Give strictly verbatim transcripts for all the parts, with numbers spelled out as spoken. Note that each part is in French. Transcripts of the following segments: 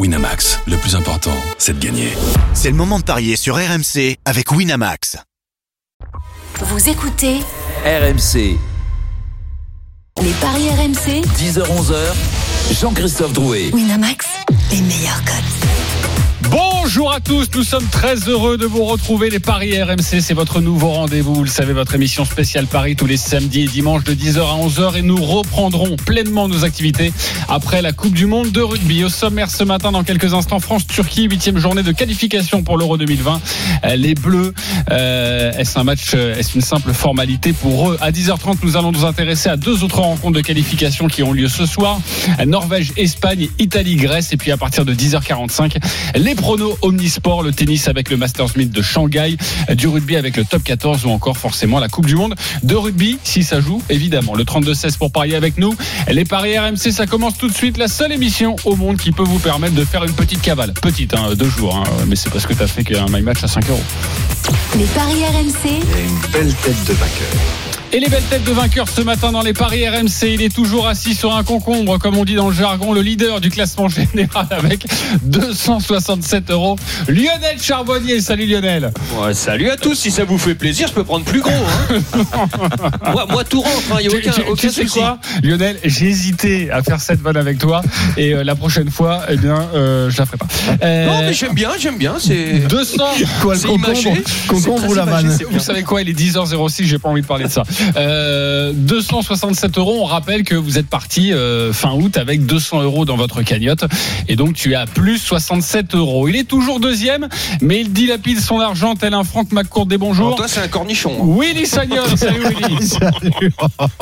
Winamax, le plus important, c'est de gagner. C'est le moment de parier sur R M C avec Winamax. Vous écoutez R M C. Les paris R M C. dix heures onze heures, Jean-Christophe Drouet. Winamax, les meilleurs codes. Bonjour à tous, nous sommes très heureux de vous retrouver. Les paris R M C, c'est votre nouveau rendez-vous. Vous le savez, votre émission spéciale Paris tous les samedis et dimanches de dix heures à onze heures. Et nous reprendrons pleinement nos activités après la Coupe du Monde de rugby. Au sommaire ce matin, dans quelques instants, France-Turquie, huitième journée de qualification pour l'Euro deux mille vingt. Les Bleus, euh, est-ce un match, est-ce une simple formalité pour eux? À dix heures trente, nous allons nous intéresser à deux autres rencontres de qualification qui ont lieu ce soir. Norvège-Espagne, Italie-Grèce. Et puis à partir de dix heures quarante-cinq, les pronos omnisport, le tennis avec le Masters Myth de Shanghai, du rugby avec le top quatorze ou encore forcément la Coupe du Monde de rugby si ça joue évidemment. Le trente-deux seize pour parier avec nous. Les paris R M C, ça commence tout de suite. La seule émission au monde qui peut vous permettre de faire une petite cavale. Petite, hein, deux jours, hein, mais c'est parce que tu as fait qu'un my match à cinq euros. Les paris R M C. Il y a une belle tête de vainqueur. Et les belles têtes de vainqueurs ce matin dans les paris R M C. Il est toujours assis sur un concombre, comme on dit dans le jargon, le leader du classement général avec deux cent soixante-sept euros. Lionel Charbonnier. Salut Lionel. Ouais, salut à tous. Si ça vous fait plaisir, je peux prendre plus gros. Hein. moi, moi, tout rentre. Il hein, n'y a aucun, tu, tu, tu aucun sais souci. Quoi, Lionel, j'ai hésité à faire cette vanne avec toi. Et euh, la prochaine fois, eh bien, euh, je la ferai pas. Euh, non, mais j'aime bien, j'aime bien. C'est deux cents. Quoi, le c'est concombre, imagé. concombre ou la vanne? Vous savez quoi, il est dix heures zéro six, j'ai pas envie de parler de ça. Euh, deux cent soixante-sept euros. On rappelle que vous êtes parti euh, fin août avec deux cents euros dans votre cagnotte. Et donc, tu as plus soixante-sept euros. Il est toujours deuxième, mais il dilapide son argent tel un Franck McCourt des bonjours. Alors toi, c'est un cornichon. Hein. Willy Sagnol. Salut Willy. Salut.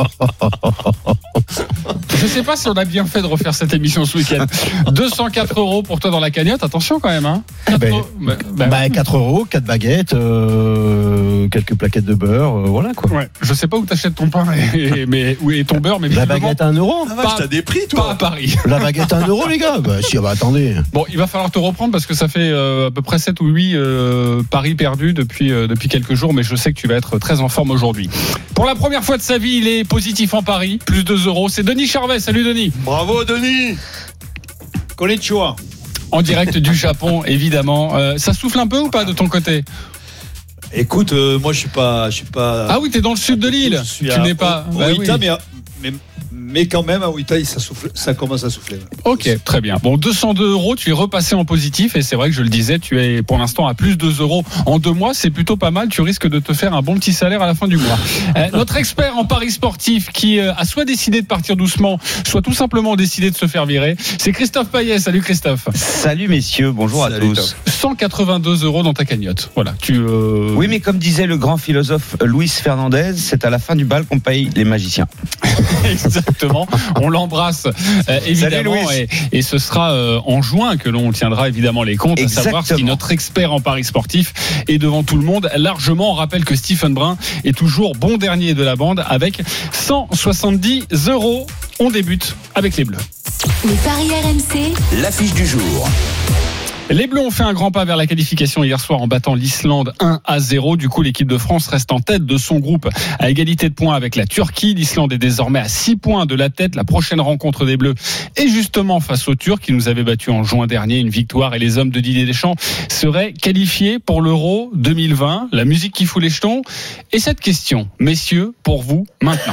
Je sais pas si on a bien fait de refaire cette émission ce week-end. deux cent quatre euros pour toi dans la cagnotte. Attention quand même. Hein. Ben, bah, bah, bah, quatre euros, quatre baguettes, euh, quelques plaquettes de beurre, euh, voilà quoi. Ouais. Je sais pas où t'achètes ton pain et, mais, où est ton beurre, mais La visiblement, baguette à un euro. Ah vache, t'as des prix, pas toi. à Paris. La baguette à un euro, les gars. Bah si, bah attendez. Bon, il va falloir te reprendre parce que ça fait euh, à peu près sept ou huit euh, paris perdus depuis, euh, depuis quelques jours, mais je sais que tu vas être très en forme aujourd'hui. Pour la première fois de sa vie, il est positif en Paris, plus deux euros. C'est Denis Charvet. Salut Denis. Bravo, Denis. Konnichiwa. En direct du Japon, évidemment. Euh, ça souffle un peu ou pas de ton côté? Écoute, euh, moi je suis pas, je suis pas. Ah oui, t'es dans le sud de l'île. Je suis Tu à n'es pas. O- Bah Oita, oui. mais, mais mais quand même à Oita, ça souffle, ça commence à souffler. Ok, très bien. Bon, deux cent deux euros, tu es repassé en positif et c'est vrai que je le disais, tu es pour l'instant à plus deux euros en deux mois, c'est plutôt pas mal. Tu risques de te faire un bon petit salaire à la fin du mois. Euh, notre expert en paris sportif qui euh, a soit décidé de partir doucement, soit tout simplement décidé de se faire virer, c'est Christophe Payet. Salut Christophe. Salut messieurs, bonjour Salut, à tous. cent quatre-vingt-deux euros dans ta cagnotte. Voilà, tu. Euh... Oui, mais comme disait le grand philosophe Luis Fernandez, c'est à la fin du bal qu'on paye les magiciens. Exactement. On l'embrasse euh, évidemment Salut, et, et ce sera euh, en juin que l'on tiendra évidemment les comptes, Exactement. à savoir si notre expert en paris sportif est devant tout le monde largement. On rappelle que Stephen Brun est toujours bon dernier de la bande avec cent soixante-dix euros. On débute avec les Bleus. Les paris R M C. L'affiche du jour. Les Bleus ont fait un grand pas vers la qualification hier soir en battant l'Islande un à zéro. Du coup, l'équipe de France reste en tête de son groupe à égalité de points avec la Turquie. L'Islande est désormais à six points de la tête. La prochaine rencontre des Bleus est justement face aux Turcs qui nous avaient battus en juin dernier. Une victoire et les hommes de Didier Deschamps seraient qualifiés pour l'Euro deux mille vingt. La musique qui fout les jetons. Et cette question, messieurs, pour vous maintenant.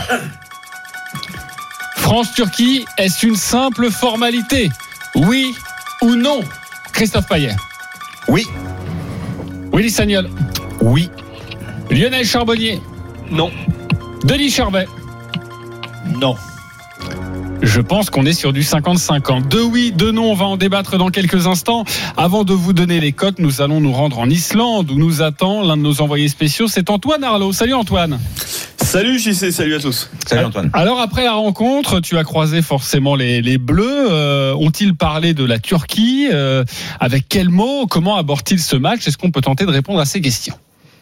France-Turquie, est-ce une simple formalité? Oui ou non? Christophe Payet. Oui. Willy Sagnol. Oui. Lionel Charbonnier. Non. Denis Charvet. Non. Je pense qu'on est sur du cinquante cinquante. Deux oui, deux non, on va en débattre dans quelques instants. Avant de vous donner les cotes, nous allons nous rendre en Islande où nous attend l'un de nos envoyés spéciaux, c'est Antoine Arlot. Salut Antoine. Salut J C, salut à tous. Salut Antoine. Alors après la rencontre, tu as croisé forcément les, les Bleus. Euh, ont-ils parlé de la Turquie? euh, Avec quels mots? Comment abordent-ils ce match? Est-ce qu'on peut tenter de répondre à ces questions?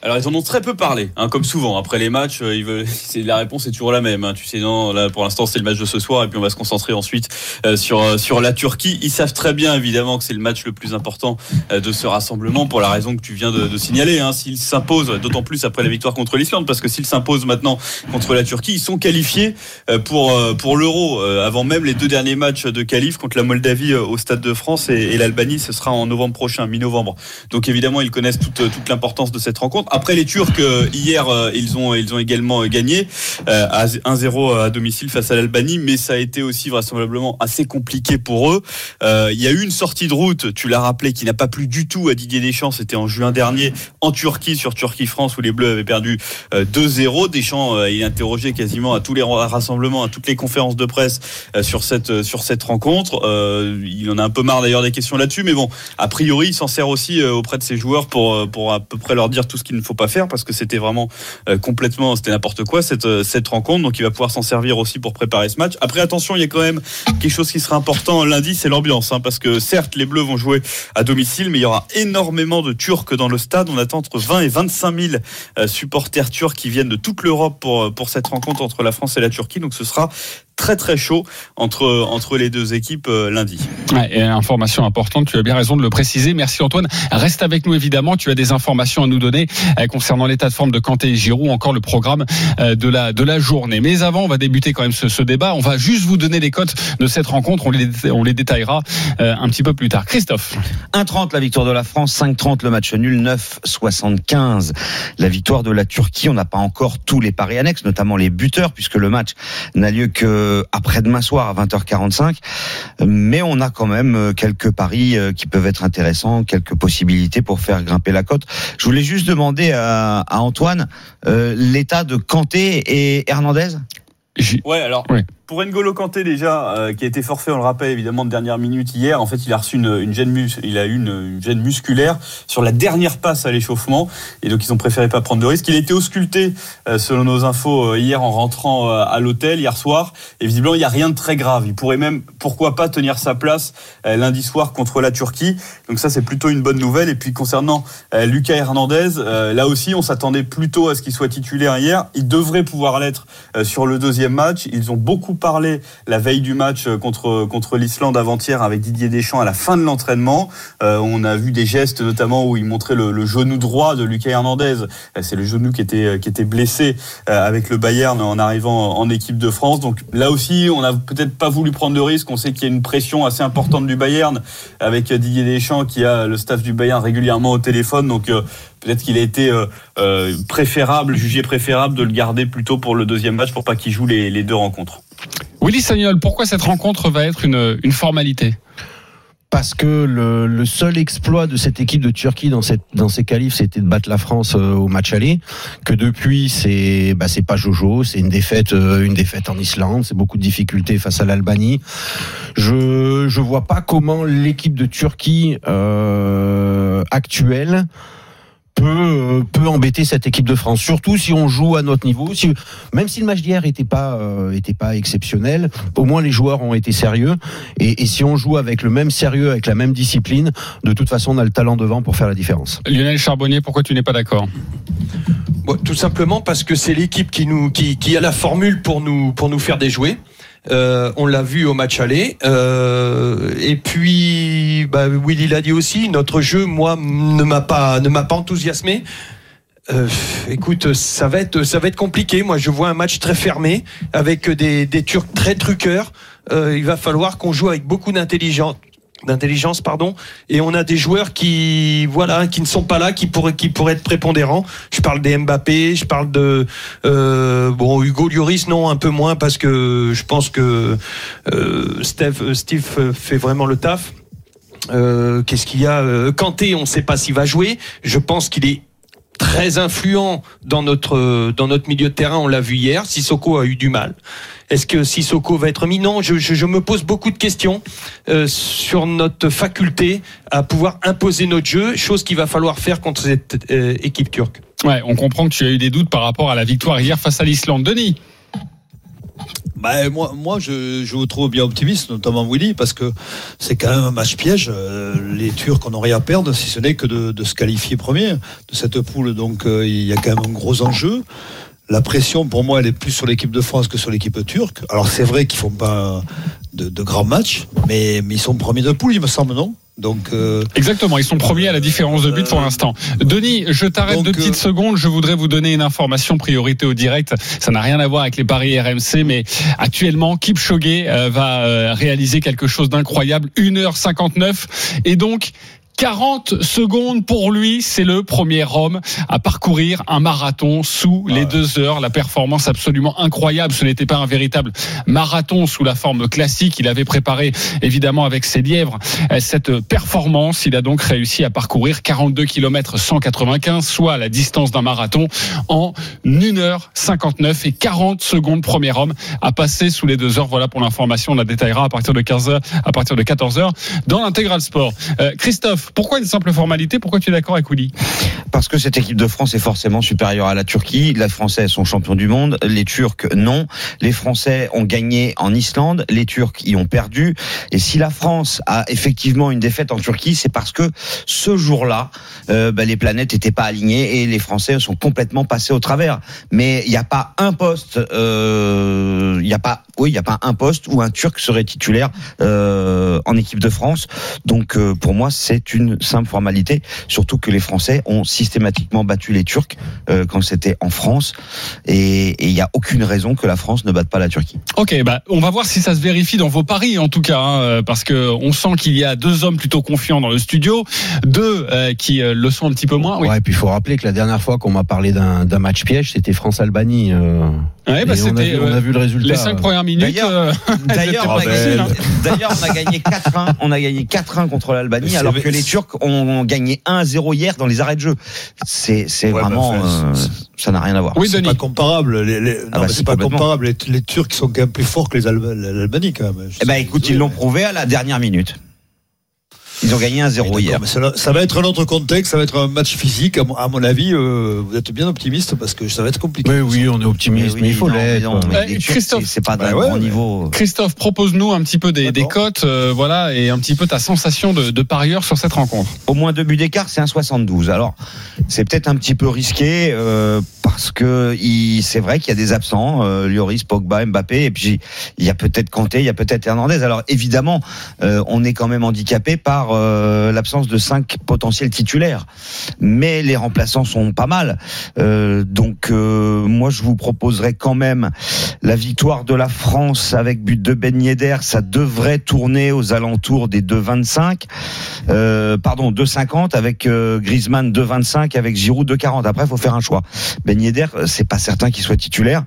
Alors ils en ont très peu parlé, hein, comme souvent. Après les matchs, euh, ils veulent, c'est, la réponse est toujours la même. Hein. Tu sais, non, là pour l'instant c'est le match de ce soir et puis on va se concentrer ensuite euh, sur euh, sur la Turquie. Ils savent très bien évidemment que c'est le match le plus important euh, de ce rassemblement pour la raison que tu viens de, de signaler. Hein. S'ils s'imposent, d'autant plus après la victoire contre l'Islande, parce que s'ils s'imposent maintenant contre la Turquie, ils sont qualifiés euh, pour euh, pour l'Euro euh, avant même les deux derniers matchs de qualif contre la Moldavie euh, au Stade de France et, et l'Albanie. Ce sera en novembre prochain, mi-novembre. Donc évidemment ils connaissent toute toute l'importance de cette rencontre. Après les Turcs, euh, hier, euh, ils ont ils ont également euh, gagné euh, à un zéro à domicile face à l'Albanie, mais ça a été aussi vraisemblablement assez compliqué pour eux. Euh, il y a eu une sortie de route, tu l'as rappelé, qui n'a pas plu du tout à Didier Deschamps. C'était en juin dernier en Turquie, sur Turquie-France, où les Bleus avaient perdu euh, deux zéro. Deschamps euh, il est interrogé quasiment à tous les rassemblements, à toutes les conférences de presse euh, sur cette euh, sur cette rencontre. Euh, il en a un peu marre d'ailleurs des questions là-dessus, mais bon, a priori, il s'en sert aussi euh, auprès de ses joueurs pour pour à peu près leur dire tout ce qu'il ne faut pas faire, parce que c'était vraiment euh, complètement, c'était n'importe quoi cette euh, cette rencontre. Donc il va pouvoir s'en servir aussi pour préparer ce match. Après attention, il y a quand même quelque chose qui sera important lundi, c'est l'ambiance, hein, parce que certes les Bleus vont jouer à domicile, mais il y aura énormément de Turcs dans le stade. On attend entre vingt et vingt-cinq mille euh, supporters turcs qui viennent de toute l'Europe pour pour cette rencontre entre la France et la Turquie. Donc ce sera très très chaud entre entre les deux équipes euh, lundi. Ouais, et information importante, tu as bien raison de le préciser. Merci Antoine. Reste avec nous évidemment, tu as des informations à nous donner euh, concernant l'état de forme de Kanté et Giroud, encore le programme euh, de la de la journée. Mais avant, on va débuter quand même ce, ce débat. On va juste vous donner les cotes de cette rencontre, on les on les détaillera euh, un petit peu plus tard. Christophe. un trente la victoire de la France, cinq trente le match nul, neuf soixante-quinze la victoire de la Turquie. On n'a pas encore tous les paris annexes, notamment les buteurs, puisque le match n'a lieu que après-demain soir à vingt heures quarante-cinq, mais on a quand même quelques paris qui peuvent être intéressants, quelques possibilités pour faire grimper la cote. Je voulais juste demander à, à Antoine euh, l'état de Kanté et Hernandez. Ouais, alors oui. Pour N'Golo Kanté déjà, euh, qui a été forfait, on le rappelle évidemment de dernière minute hier. En fait, il a reçu une, une gêne mus, il a eu une, une gêne musculaire sur la dernière passe à l'échauffement, et donc ils ont préféré pas prendre de risque. Il a été ausculté euh, selon nos infos euh, hier en rentrant euh, à l'hôtel hier soir, et visiblement il y a rien de très grave. Il pourrait même, pourquoi pas, tenir sa place euh, lundi soir contre la Turquie. Donc ça c'est plutôt une bonne nouvelle. Et puis concernant euh, Lucas Hernandez, euh, là aussi on s'attendait plutôt à ce qu'il soit titulaire hier. Il devrait pouvoir l'être euh, sur le deuxième match. Ils ont beaucoup parlé la veille du match contre contre l'Islande avant-hier avec Didier Deschamps à la fin de l'entraînement. Euh, on a vu des gestes notamment où il montrait le, le genou droit de Lucas Hernandez. C'est le genou qui était qui était blessé euh, avec le Bayern en arrivant en équipe de France. Donc là aussi, on n'a peut-être pas voulu prendre de risque. On sait qu'il y a une pression assez importante du Bayern avec Didier Deschamps qui a le staff du Bayern régulièrement au téléphone. Donc euh, peut-être qu'il a été euh, euh, préférable, jugé préférable de le garder plutôt pour le deuxième match pour pas qu'il joue les, les deux rencontres. Willy Sagnol, pourquoi cette rencontre va être une, une formalité ? Parce que le, le seul exploit de cette équipe de Turquie dans cette dans ces qualifs, c'était de battre la France euh, au match aller. Que depuis, c'est bah c'est pas Jojo, c'est une défaite euh, une défaite en Islande, c'est beaucoup de difficultés face à l'Albanie. Je je vois pas comment l'équipe de Turquie euh, actuelle peut peut embêter cette équipe de France, surtout si on joue à notre niveau. Si, même si le match d'hier était pas euh, était pas exceptionnel, au moins les joueurs ont été sérieux. Et, et si on joue avec le même sérieux, avec la même discipline, de toute façon, on a le talent devant pour faire la différence. Lionel Charbonnier, pourquoi tu n'es pas d'accord ? Bon, tout simplement parce que c'est l'équipe qui nous qui, qui a la formule pour nous pour nous faire déjouer. Euh, on l'a vu au match aller. Euh, et puis, bah, Willy l'a dit aussi, notre jeu, moi, ne m'a pas, ne m'a pas enthousiasmé. Euh, écoute, ça va être, ça va être compliqué. Moi, je vois un match très fermé avec des, des Turcs très truqueurs. Euh, il va falloir qu'on joue avec beaucoup d'intelligence. d'intelligence pardon et on a des joueurs qui voilà qui ne sont pas là, qui pourraient qui pourraient être prépondérants. Je parle des Mbappé, je parle de euh, bon Hugo Lloris, non, un peu moins, parce que je pense que euh, Steve Steve fait vraiment le taf. Euh, qu'est-ce qu'il y a euh, Kanté, on ne sait pas s'il va jouer. Je pense qu'il est très influent dans notre dans notre milieu de terrain. On l'a vu hier. Sissoko a eu du mal. Est-ce que Sissoko va être mis ? Non, je, je, je me pose beaucoup de questions euh, sur notre faculté à pouvoir imposer notre jeu, chose qu'il va falloir faire contre cette euh, équipe turque. Ouais, on comprend que tu as eu des doutes par rapport à la victoire hier face à l'Islande. Denis ? Bah, moi, moi je, je vous trouve bien optimiste, notamment Willy, parce que c'est quand même un match piège. Les Turcs, on n'a rien à perdre, si ce n'est que de, de se qualifier premier de cette poule. Donc, euh, il y a quand même un gros enjeu. La pression, pour moi, elle est plus sur l'équipe de France que sur l'équipe turque. Alors, c'est vrai qu'ils font pas de, de grands matchs, mais, mais ils sont premiers de poule, il me semble, non ? Donc euh, exactement, ils sont premiers à la différence de but pour l'instant. Denis, je t'arrête donc, deux petites euh, secondes. Je voudrais vous donner une information, priorité au direct. Ça n'a rien à voir avec les paris R M C, mais actuellement, Kipchoge euh, va euh, réaliser quelque chose d'incroyable, une heure cinquante-neuf, et donc quarante secondes pour lui, c'est le premier homme à parcourir un marathon sous les ouais. deux heures. La performance absolument incroyable. Ce n'était pas un véritable marathon sous la forme classique. Il avait préparé évidemment avec ses lièvres cette performance. Il a donc réussi à parcourir quarante-deux kilomètres cent quatre-vingt-quinze, soit la distance d'un marathon, en une heure cinquante-neuf et quarante secondes. Premier homme à passer sous les deux heures. Voilà pour l'information. On la détaillera à partir de quinze heures, à partir de quatorze heures dans l'Intégral Sport. Euh, Christophe, pourquoi une simple formalité ? Pourquoi tu es d'accord avec Willy ? Parce que cette équipe de France est forcément supérieure à la Turquie. Les Français sont champions du monde, les Turcs non. Les Français ont gagné en Islande, les Turcs y ont perdu. Et si la France a effectivement une défaite en Turquie, c'est parce que ce jour-là, euh, bah, les planètes n'étaient pas alignées et les Français sont complètement passés au travers. Mais il n'y a pas un poste, il euh, n'y a pas, oui, il n'y a pas un poste où un Turc serait titulaire euh, en équipe de France. Donc euh, pour moi, c'est une simple formalité. Surtout que les Français ont systématiquement battu les Turcs euh, quand c'était en France, et il n'y a aucune raison que la France ne batte pas la Turquie. Ok, bah on va voir si ça se vérifie dans vos paris en tout cas, hein, parce que on sent qu'il y a deux hommes plutôt confiants dans le studio, deux euh, qui euh, le sont un petit peu moins. Oui. Ouais, et puis il faut rappeler que la dernière fois qu'on m'a parlé d'un, d'un match piège, c'était France-Albanie. Euh... Ouais, bah on, a vu, on a vu le résultat. Les cinq premières minutes. D'ailleurs, euh, d'ailleurs, on, a gagné, d'ailleurs on a gagné quatre un. On a gagné quatre un contre l'Albanie, c'est alors vrai. Que les Turcs ont gagné un à zéro hier dans les arrêts de jeu. C'est, c'est ouais, vraiment, bah, euh, ça n'a rien à voir. Oui, c'est Denis. Pas comparable. Les, les, non, ah bah, c'est, c'est pas comparable. Les, les Turcs sont quand même plus forts que les Alba, l'Albanie quand même. Eh ben, écoute, ils l'ont prouvé à la dernière minute. Ils ont gagné un zéro hier. Mais ça, ça va être un autre contexte, ça va être un match physique. À mon, à mon avis, euh, vous êtes bien optimiste parce que ça va être compliqué. Oui, oui, on est optimiste, mais, oui, mais il faut l'être. Euh, Christophe, c'est, c'est pas d'un bah ouais, grand niveau. Christophe, propose-nous un petit peu des, des cotes, euh, voilà, et un petit peu ta sensation de, de parieur sur cette rencontre. Au moins deux buts d'écart, c'est un soixante-douze. Alors, c'est peut-être un petit peu risqué euh, parce que il, c'est vrai qu'il y a des absents, euh, Lloris, Pogba, Mbappé, et puis il y a peut-être Kanté, il y a peut-être Hernandez. Alors évidemment, euh, on est quand même handicapé par euh, la l'absence de cinq potentiels titulaires, mais les remplaçants sont pas mal. Euh, donc euh, moi je vous proposerais quand même la victoire de la France avec but de Ben Yedder. Ça devrait tourner aux alentours des deux vingt-cinq, euh, pardon deux cinquante avec euh, Griezmann deux vingt-cinq, avec Giroud deux quarante. Après il faut faire un choix. Ben Yedder, c'est pas certain qu'il soit titulaire.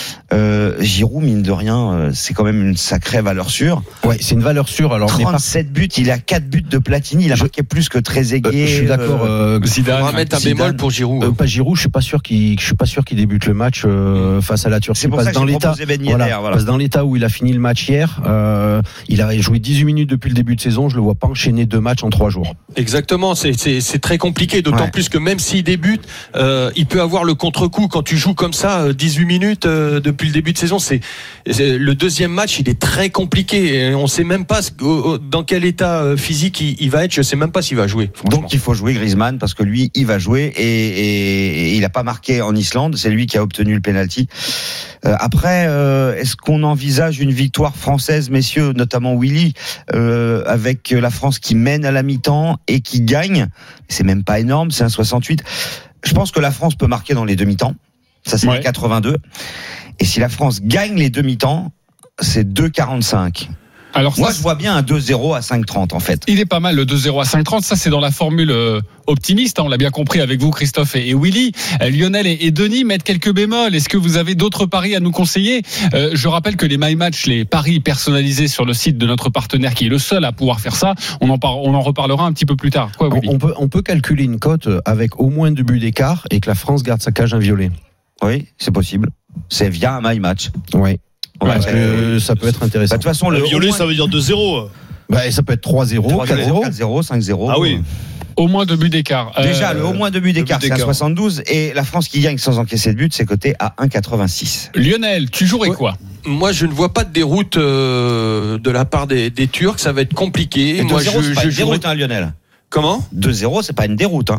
Euh, Giroud, mine de rien, c'est quand même une sacrée valeur sûre. Ouais, c'est une valeur sûre. Alors trente-sept mais pas... buts, il a quatre buts de Platini, il a marqué plus que Trezeguet. Euh, je suis d'accord. Euh, Zidane, on va mettre un Zidane. bémol pour Giroud. Euh, pas Giroud, je suis pas sûr qu'il, je suis pas sûr qu'il débute le match euh, face à la Turquie. C'est pour parce ça que dans j'ai l'état, Ben Yedder, voilà, voilà. Parce dans l'état où il a fini le match hier, euh, il a joué dix-huit minutes depuis le début de saison. Je le vois pas enchaîner deux matchs en trois jours. Exactement, c'est, c'est, c'est très compliqué. D'autant ouais. plus que même s'il débute, euh, il peut avoir le contre-coup quand tu joues comme ça dix-huit minutes euh, depuis le début de saison. C'est, c'est le deuxième match, il est très compliqué. Et on sait même pas dans quel état physique il, il va être. Je sais même pas s'il va jouer. Donc il faut jouer Griezmann parce que lui, il va jouer et, et, et il a pas marqué en Islande. C'est lui qui a obtenu le penalty. Euh, après, euh, est-ce qu'on envisage une victoire française, messieurs, notamment Willy, euh, avec la France qui mène à la mi-temps et qui gagne? C'est même pas énorme, c'est un soixante-huit. Je pense que la France peut marquer dans les deux mi-temps. Ça, c'est ouais. un quatre-vingt-deux. Et si la France gagne les deux mi-temps, c'est deux quarante-cinq. Alors moi, ça, je vois bien un deux zéro à cinq trente en fait. Il est pas mal le deux zéro à cinq trente. Ça, c'est dans la formule euh, optimiste. Hein, on l'a bien compris avec vous, Christophe et, et Willy. Euh, Lionel et, et Denis mettent quelques bémols. Est-ce que vous avez d'autres paris à nous conseiller? euh, Je rappelle que les My Match, les paris personnalisés sur le site de notre partenaire, qui est le seul à pouvoir faire ça, on en, par, on en reparlera un petit peu plus tard. Quoi, Willy? on, on, peut, on peut calculer une cote avec au moins deux buts d'écart et que la France garde sa cage inviolée. Oui, c'est possible. C'est via un My Match. Oui. Ouais, parce que euh, ça peut être intéressant. Bah, de toute façon, le violet, moins... ça veut dire deux zéro. Bah, ça peut être trois zéro, quatre zéro, quatre zéro, cinq zéro. Ah oui. Au moins deux buts d'écart. Déjà, Euh, le au moins deux buts d'écart, c'est à soixante-douze. Et la France qui gagne sans encaisser de but, c'est coté à un virgule quatre-vingt-six. Lionel, tu jouerais Ouais. quoi? Moi, je ne vois pas de déroute euh, de la part des, des Turcs. Ça va être compliqué. Et Moi, deux zéro, je, c'est pas je une jouerais- déroute, hein, Lionel. Comment deux zéro, c'est pas une déroute. Hein.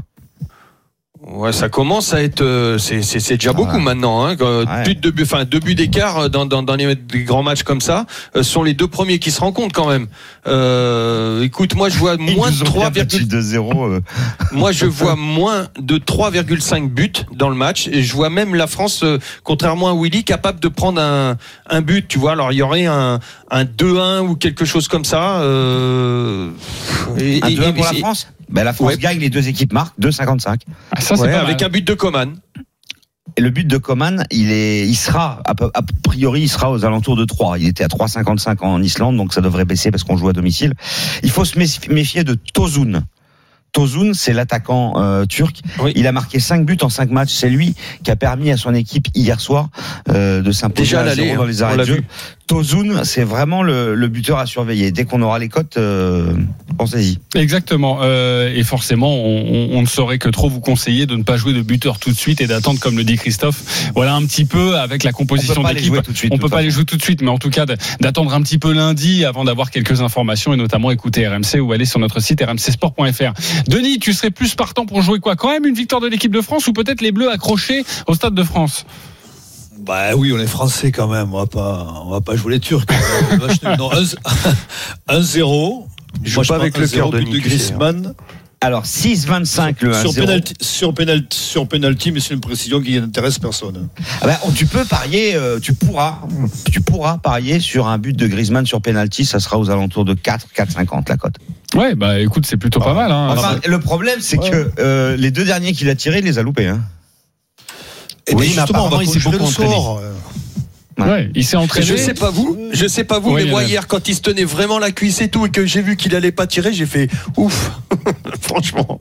Ouais, ça commence à être, euh, c'est, c'est, c'est déjà beaucoup Ouais. maintenant. Hein, euh, Ouais. plus de deux buts, enfin deux buts d'écart dans, dans, dans les, des grands matchs comme ça, euh, sont les deux premiers qui se rencontrent quand même. Euh, écoute, moi je vois moins de trois virgule deux zéro. Euh... moi je vois moins de trois virgule cinq buts dans le match et je vois même la France, euh, contrairement à Willy, capable de prendre un, un but. Tu vois, alors il y aurait un, un deux un ou quelque chose comme ça. Euh, et, Un et- deux un et- pour la et- France. Ben, la France Ouais. gagne, les deux équipes marquent deux virgule cinquante-cinq. Ah, ça, c'est ouais, pas avec mal. un but de Coman. Et le but de Coman, il est, il sera, a, a priori, il sera aux alentours de trois. Il était à trois virgule cinquante-cinq en Islande, donc ça devrait baisser parce qu'on joue à domicile. Il faut se méfier de Tosun. Tosun, c'est l'attaquant euh, turc. Oui. Il a marqué cinq buts en cinq matchs. C'est lui qui a permis à son équipe hier soir euh, de s'imposer Déjà à à l'aller, zéro dans hein, les on arrêts l'a de jeu. vu. Tosun, c'est vraiment le, le buteur à surveiller. Dès qu'on aura les cotes, euh, pensez-y. Exactement. Euh, et forcément, on, on, on ne saurait que trop vous conseiller de ne pas jouer de buteur tout de suite et d'attendre, comme le dit Christophe. Voilà un petit peu avec la composition On peut pas les d'équipe. jouer tout de suite, On de peut toute pas les façon. jouer tout de suite, mais en tout cas d'attendre un petit peu lundi avant d'avoir quelques informations et notamment écouter R M C ou aller sur notre site r m c sport point f r. Denis, tu serais plus partant pour jouer quoi? Quand même une victoire de l'équipe de France ou peut-être les Bleus accrochés au Stade de France? Bah oui, on est français quand même. On va pas, on va pas jouer les Turcs. Non, un zéro. Je joue pas avec le cœur de de Nick, Griezmann. Alors, six vingt-cinq le un Sur zéro. penalty, sur penalty, sur penalty, mais c'est une précision qui n'intéresse personne. Ah ben, tu peux parier, euh, tu pourras, tu pourras parier sur un but de Griezmann sur penalty, ça sera aux alentours de quatre, quatre cinquante la cote. Ouais, bah écoute, c'est plutôt pas mal. Hein. Enfin, le problème, c'est Ouais. que euh, les deux derniers qu'il a tirés, il les a loupés. Hein. Et Oui, bien mais justement, on va apparemment, il s'est conjurer le beaucoup entraîné. sort. Ouais, il s'est entraîné. Je sais pas vous, je sais pas vous, Oui, mais moi Lionel. hier quand il se tenait vraiment la cuisse et tout et que j'ai vu qu'il allait pas tirer, j'ai fait ouf. Franchement.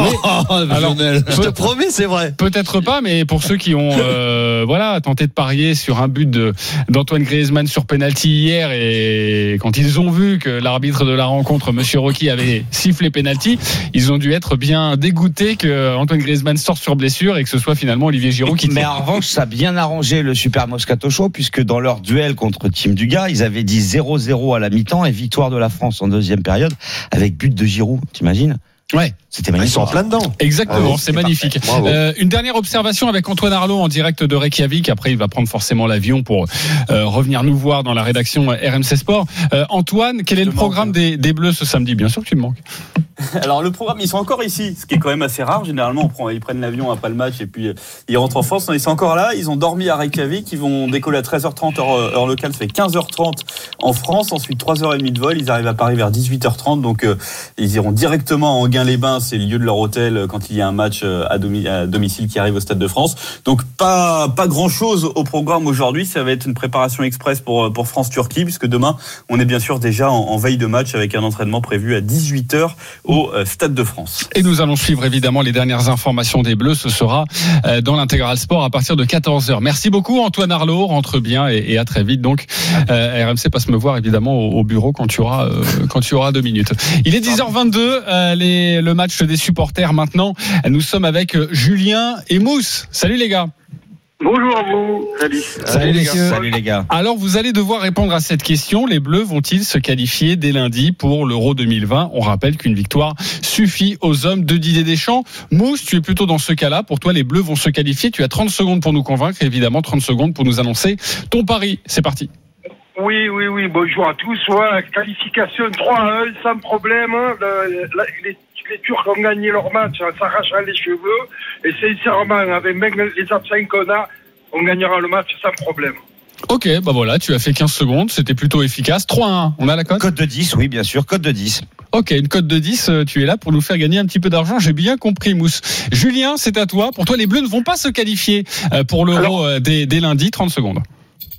Alors, Je te promets, c'est vrai. Peut-être pas, mais pour ceux qui ont euh, voilà tenté de parier sur un but de, d'Antoine Griezmann sur penalty hier et quand ils ont vu que l'arbitre de la rencontre, Monsieur Rocky, avait sifflé penalty, ils ont dû être bien dégoûtés que Antoine Griezmann sorte sur blessure et que ce soit finalement Olivier Giroud qui Mais tire. en revanche, ça a bien arrangé le Super Moscato Show, puisque dans leur duel contre Team Dugas, ils avaient dit zéro zéro à la mi-temps et victoire de la France en deuxième période avec but de Giroud. T'imagines? Ouais. C'était Ils magnifique. sont en plein dedans. Exactement, Ah oui, c'est c'est magnifique. parfait. Bravo. Euh, une dernière observation avec Antoine Arlot en direct de Reykjavik. Après, il va prendre forcément l'avion pour euh, revenir nous voir dans la rédaction R M C Sport. Euh, Antoine, quel est le programme des, des Bleus ce samedi? Bien sûr que tu me manques. Alors le programme, ils sont encore ici, ce qui est quand même assez rare. Généralement, on prend, ils prennent l'avion après le match et puis euh, ils rentrent en France. Non, ils sont encore là. Ils ont dormi à Reykjavik. Ils vont décoller à treize heures trente heure, heure locale. Ça fait quinze heures trente en France. Ensuite, trois heures trente de vol. Ils arrivent à Paris vers dix-huit heures trente. Donc, euh, ils iront directement à Enghien-les-Bains. C'est le lieu de leur hôtel euh, quand il y a un match euh, à, domi- à domicile qui arrive au Stade de France. Donc, pas pas grand chose au programme aujourd'hui. Ça va être une préparation express pour pour France-Turquie, puisque demain, on est bien sûr déjà en, en veille de match avec un entraînement prévu à dix-huit heures au euh, Stade de France. Et nous allons suivre évidemment les dernières informations des Bleus. Ce sera euh, dans l'intégral sport à partir de quatorze heures. Merci beaucoup Antoine Arlot. Rentre bien et, et à très vite. Donc, euh, R M C passe me voir évidemment au, au bureau quand tu auras euh, quand tu auras deux minutes. Il est dix heures vingt-deux. Euh, les, le match des supporters maintenant. Nous sommes avec Julien et Mousse. Salut les gars. Bonjour à vous. Salut. Salut les gars. Salut les gars. Alors vous allez devoir répondre à cette question. Les Bleus vont-ils se qualifier dès lundi pour l'Euro deux mille vingt? On rappelle qu'une victoire suffit aux hommes de Didier Deschamps. Mousse, tu es plutôt dans ce cas-là. Pour toi, les Bleus vont se qualifier. Tu as trente secondes pour nous convaincre. Et évidemment, trente secondes pour nous annoncer ton pari. C'est parti. Oui, oui, oui. Bonjour à tous. Ouais, qualification trois à un sans problème. Le, la, les, les Turcs ont gagné leur match en s'arrachant les cheveux. Et sincèrement, avec même les absents qu'on a, on gagnera le match sans problème. Ok, bah voilà, tu as fait quinze secondes. C'était plutôt efficace. trois à un. On a la cote? Cote de dix, oui, bien sûr. Cote de dix. Ok, une cote de dix, tu es là pour nous faire gagner un petit peu d'argent, j'ai bien compris Mousse. Julien, c'est à toi. Pour toi, les Bleus ne vont pas se qualifier pour l'Euro dès, dès lundi, trente secondes.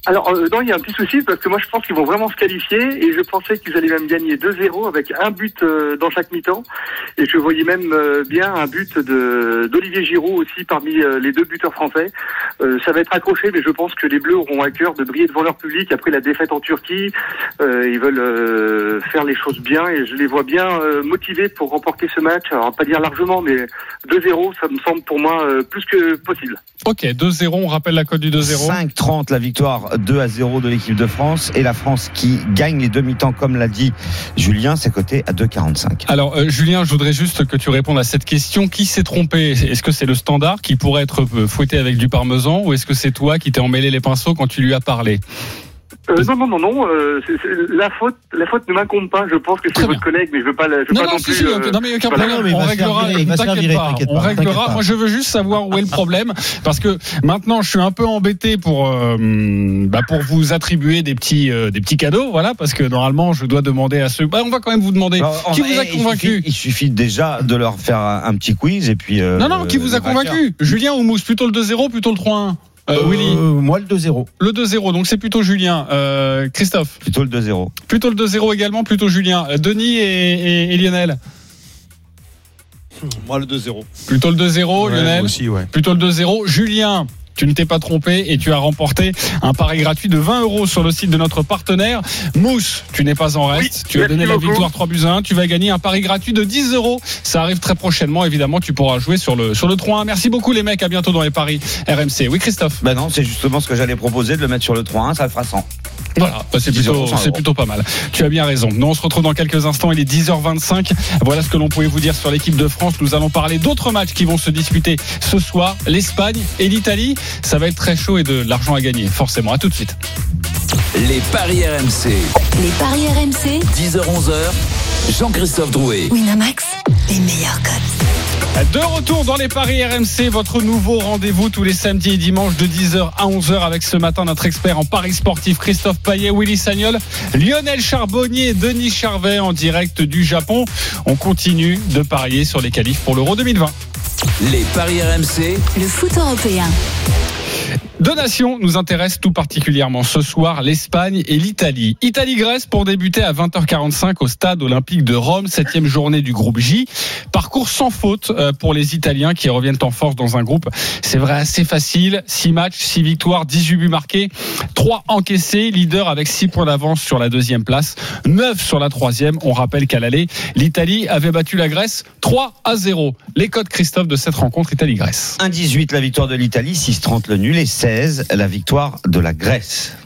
Alors, euh, non, il y a un petit souci parce que moi, je pense qu'ils vont vraiment se qualifier et je pensais qu'ils allaient même gagner deux zéro avec un but euh, dans chaque mi-temps. Et je voyais même euh, bien un but de d'Olivier Giroud aussi parmi euh, les deux buteurs français. Euh, ça va être accroché, mais je pense que les Bleus auront à cœur de briller devant leur public après la défaite en Turquie. Euh, ils veulent euh, faire les choses bien et je les vois bien euh, motivés pour remporter ce match. Alors, pas dire largement, mais deux zéro, ça me semble pour moi euh, plus que possible. Ok, deux zéro, on rappelle la cote du deux zéro. cinq trente la victoire, deux à zéro de l'équipe de France, et la France qui gagne les deux mi-temps comme l'a dit Julien, c'est coté à deux quarante-cinq. Alors euh, Julien, je voudrais juste que tu répondes à cette question. Qui s'est trompé ? Est-ce que c'est le Standard qui pourrait être fouetté avec du parmesan ou est-ce que c'est toi qui t'es emmêlé les pinceaux quand tu lui as parlé ? Euh, non, non, non, non. Euh, c'est, c'est, la faute, la faute ne m'incombe pas. Je pense que c'est Très votre bien. collègue, mais je veux pas, la, je veux Non, pas non, non si, plus. si, euh, non, mais aucun voilà. problème. mais il On va se faire réglera. virer, il va se faire T'inquiète virer, pas, t'inquiète on pas, réglera. t'inquiète pas. Moi, je veux juste savoir où est le problème, parce que maintenant, je suis un peu embêté pour, euh, bah, pour vous attribuer des petits, euh, des petits cadeaux, voilà, parce que normalement, je dois demander à ceux. Bah, on va quand même vous demander Alors, qui va- vous a il convaincu. suffit, il suffit déjà de leur faire un, un petit quiz et puis. Euh, Non, non, qui vous a le vainqueur. convaincu ? Julien ou Mousse ? Plutôt le deux zéro, plutôt le trois un. Euh, Euh, Willy, moi, le deux zéro. le deux zéro, donc c'est plutôt Julien. Euh, Christophe, Plutôt le deux zéro. plutôt le deux zéro également, plutôt Julien. Euh, Denis et, et, et Lionel, Moi, le deux zéro. plutôt le deux zéro, Ouais, Lionel. moi aussi, ouais. Plutôt le deux zéro. Julien, tu ne t'es pas trompé et tu as remporté un pari gratuit de vingt euros sur le site de notre partenaire. Mousse, tu n'es pas en reste. Oui, tu as merci donné la beaucoup. victoire trois buts à un. Tu vas gagner un pari gratuit de dix euros. Ça arrive très prochainement. Évidemment, tu pourras jouer sur le, sur le trois un. Merci beaucoup, les mecs. À bientôt dans les paris R M C. Oui, Christophe. Bah non, c'est justement ce que j'allais proposer, de le mettre sur le trois un, ça le fera cent. Voilà, bah c'est dix plutôt, euros, cent c'est euros. plutôt pas mal. Tu as bien raison. Nous, on se retrouve dans quelques instants. Il est dix heures vingt-cinq. Voilà ce que l'on pouvait vous dire sur l'équipe de France. Nous allons parler d'autres matchs qui vont se disputer ce soir. L'Espagne et l'Italie. Ça va être très chaud et de l'argent à gagner. Forcément. À tout de suite. Les paris R M C, Les paris R M C, dix heures onze heures, Jean-Christophe Drouet. Winamax, les meilleurs cotes. De retour dans les paris R M C, votre nouveau rendez-vous tous les samedis et dimanches de dix heures à onze heures avec ce matin notre expert en paris sportif Christophe Payet, Willy Sagnol, Lionel Charbonnier et Denis Charvet en direct du Japon. On continue de parier sur les qualifs pour l'Euro deux mille vingt. Les paris R M C, Le foot européen. Deux nations nous intéressent tout particulièrement ce soir, l'Espagne et l'Italie. Italie-Grèce pour débuter à vingt heures quarante-cinq au stade olympique de Rome, septième journée du groupe J. Parcours sans faute pour les Italiens qui reviennent en force dans un groupe, c'est vrai, assez facile. six matchs, six victoires, dix-huit buts marqués, trois encaissés, leader avec six points d'avance sur la deuxième place, neuf sur la troisième. On rappelle qu'à l'aller, l'Italie avait battu la Grèce trois à zéro. Les codes, Christophe, de cette rencontre Italie-Grèce. un dix-huit la victoire de l'Italie, six trente le nul et seize la victoire de la Grèce.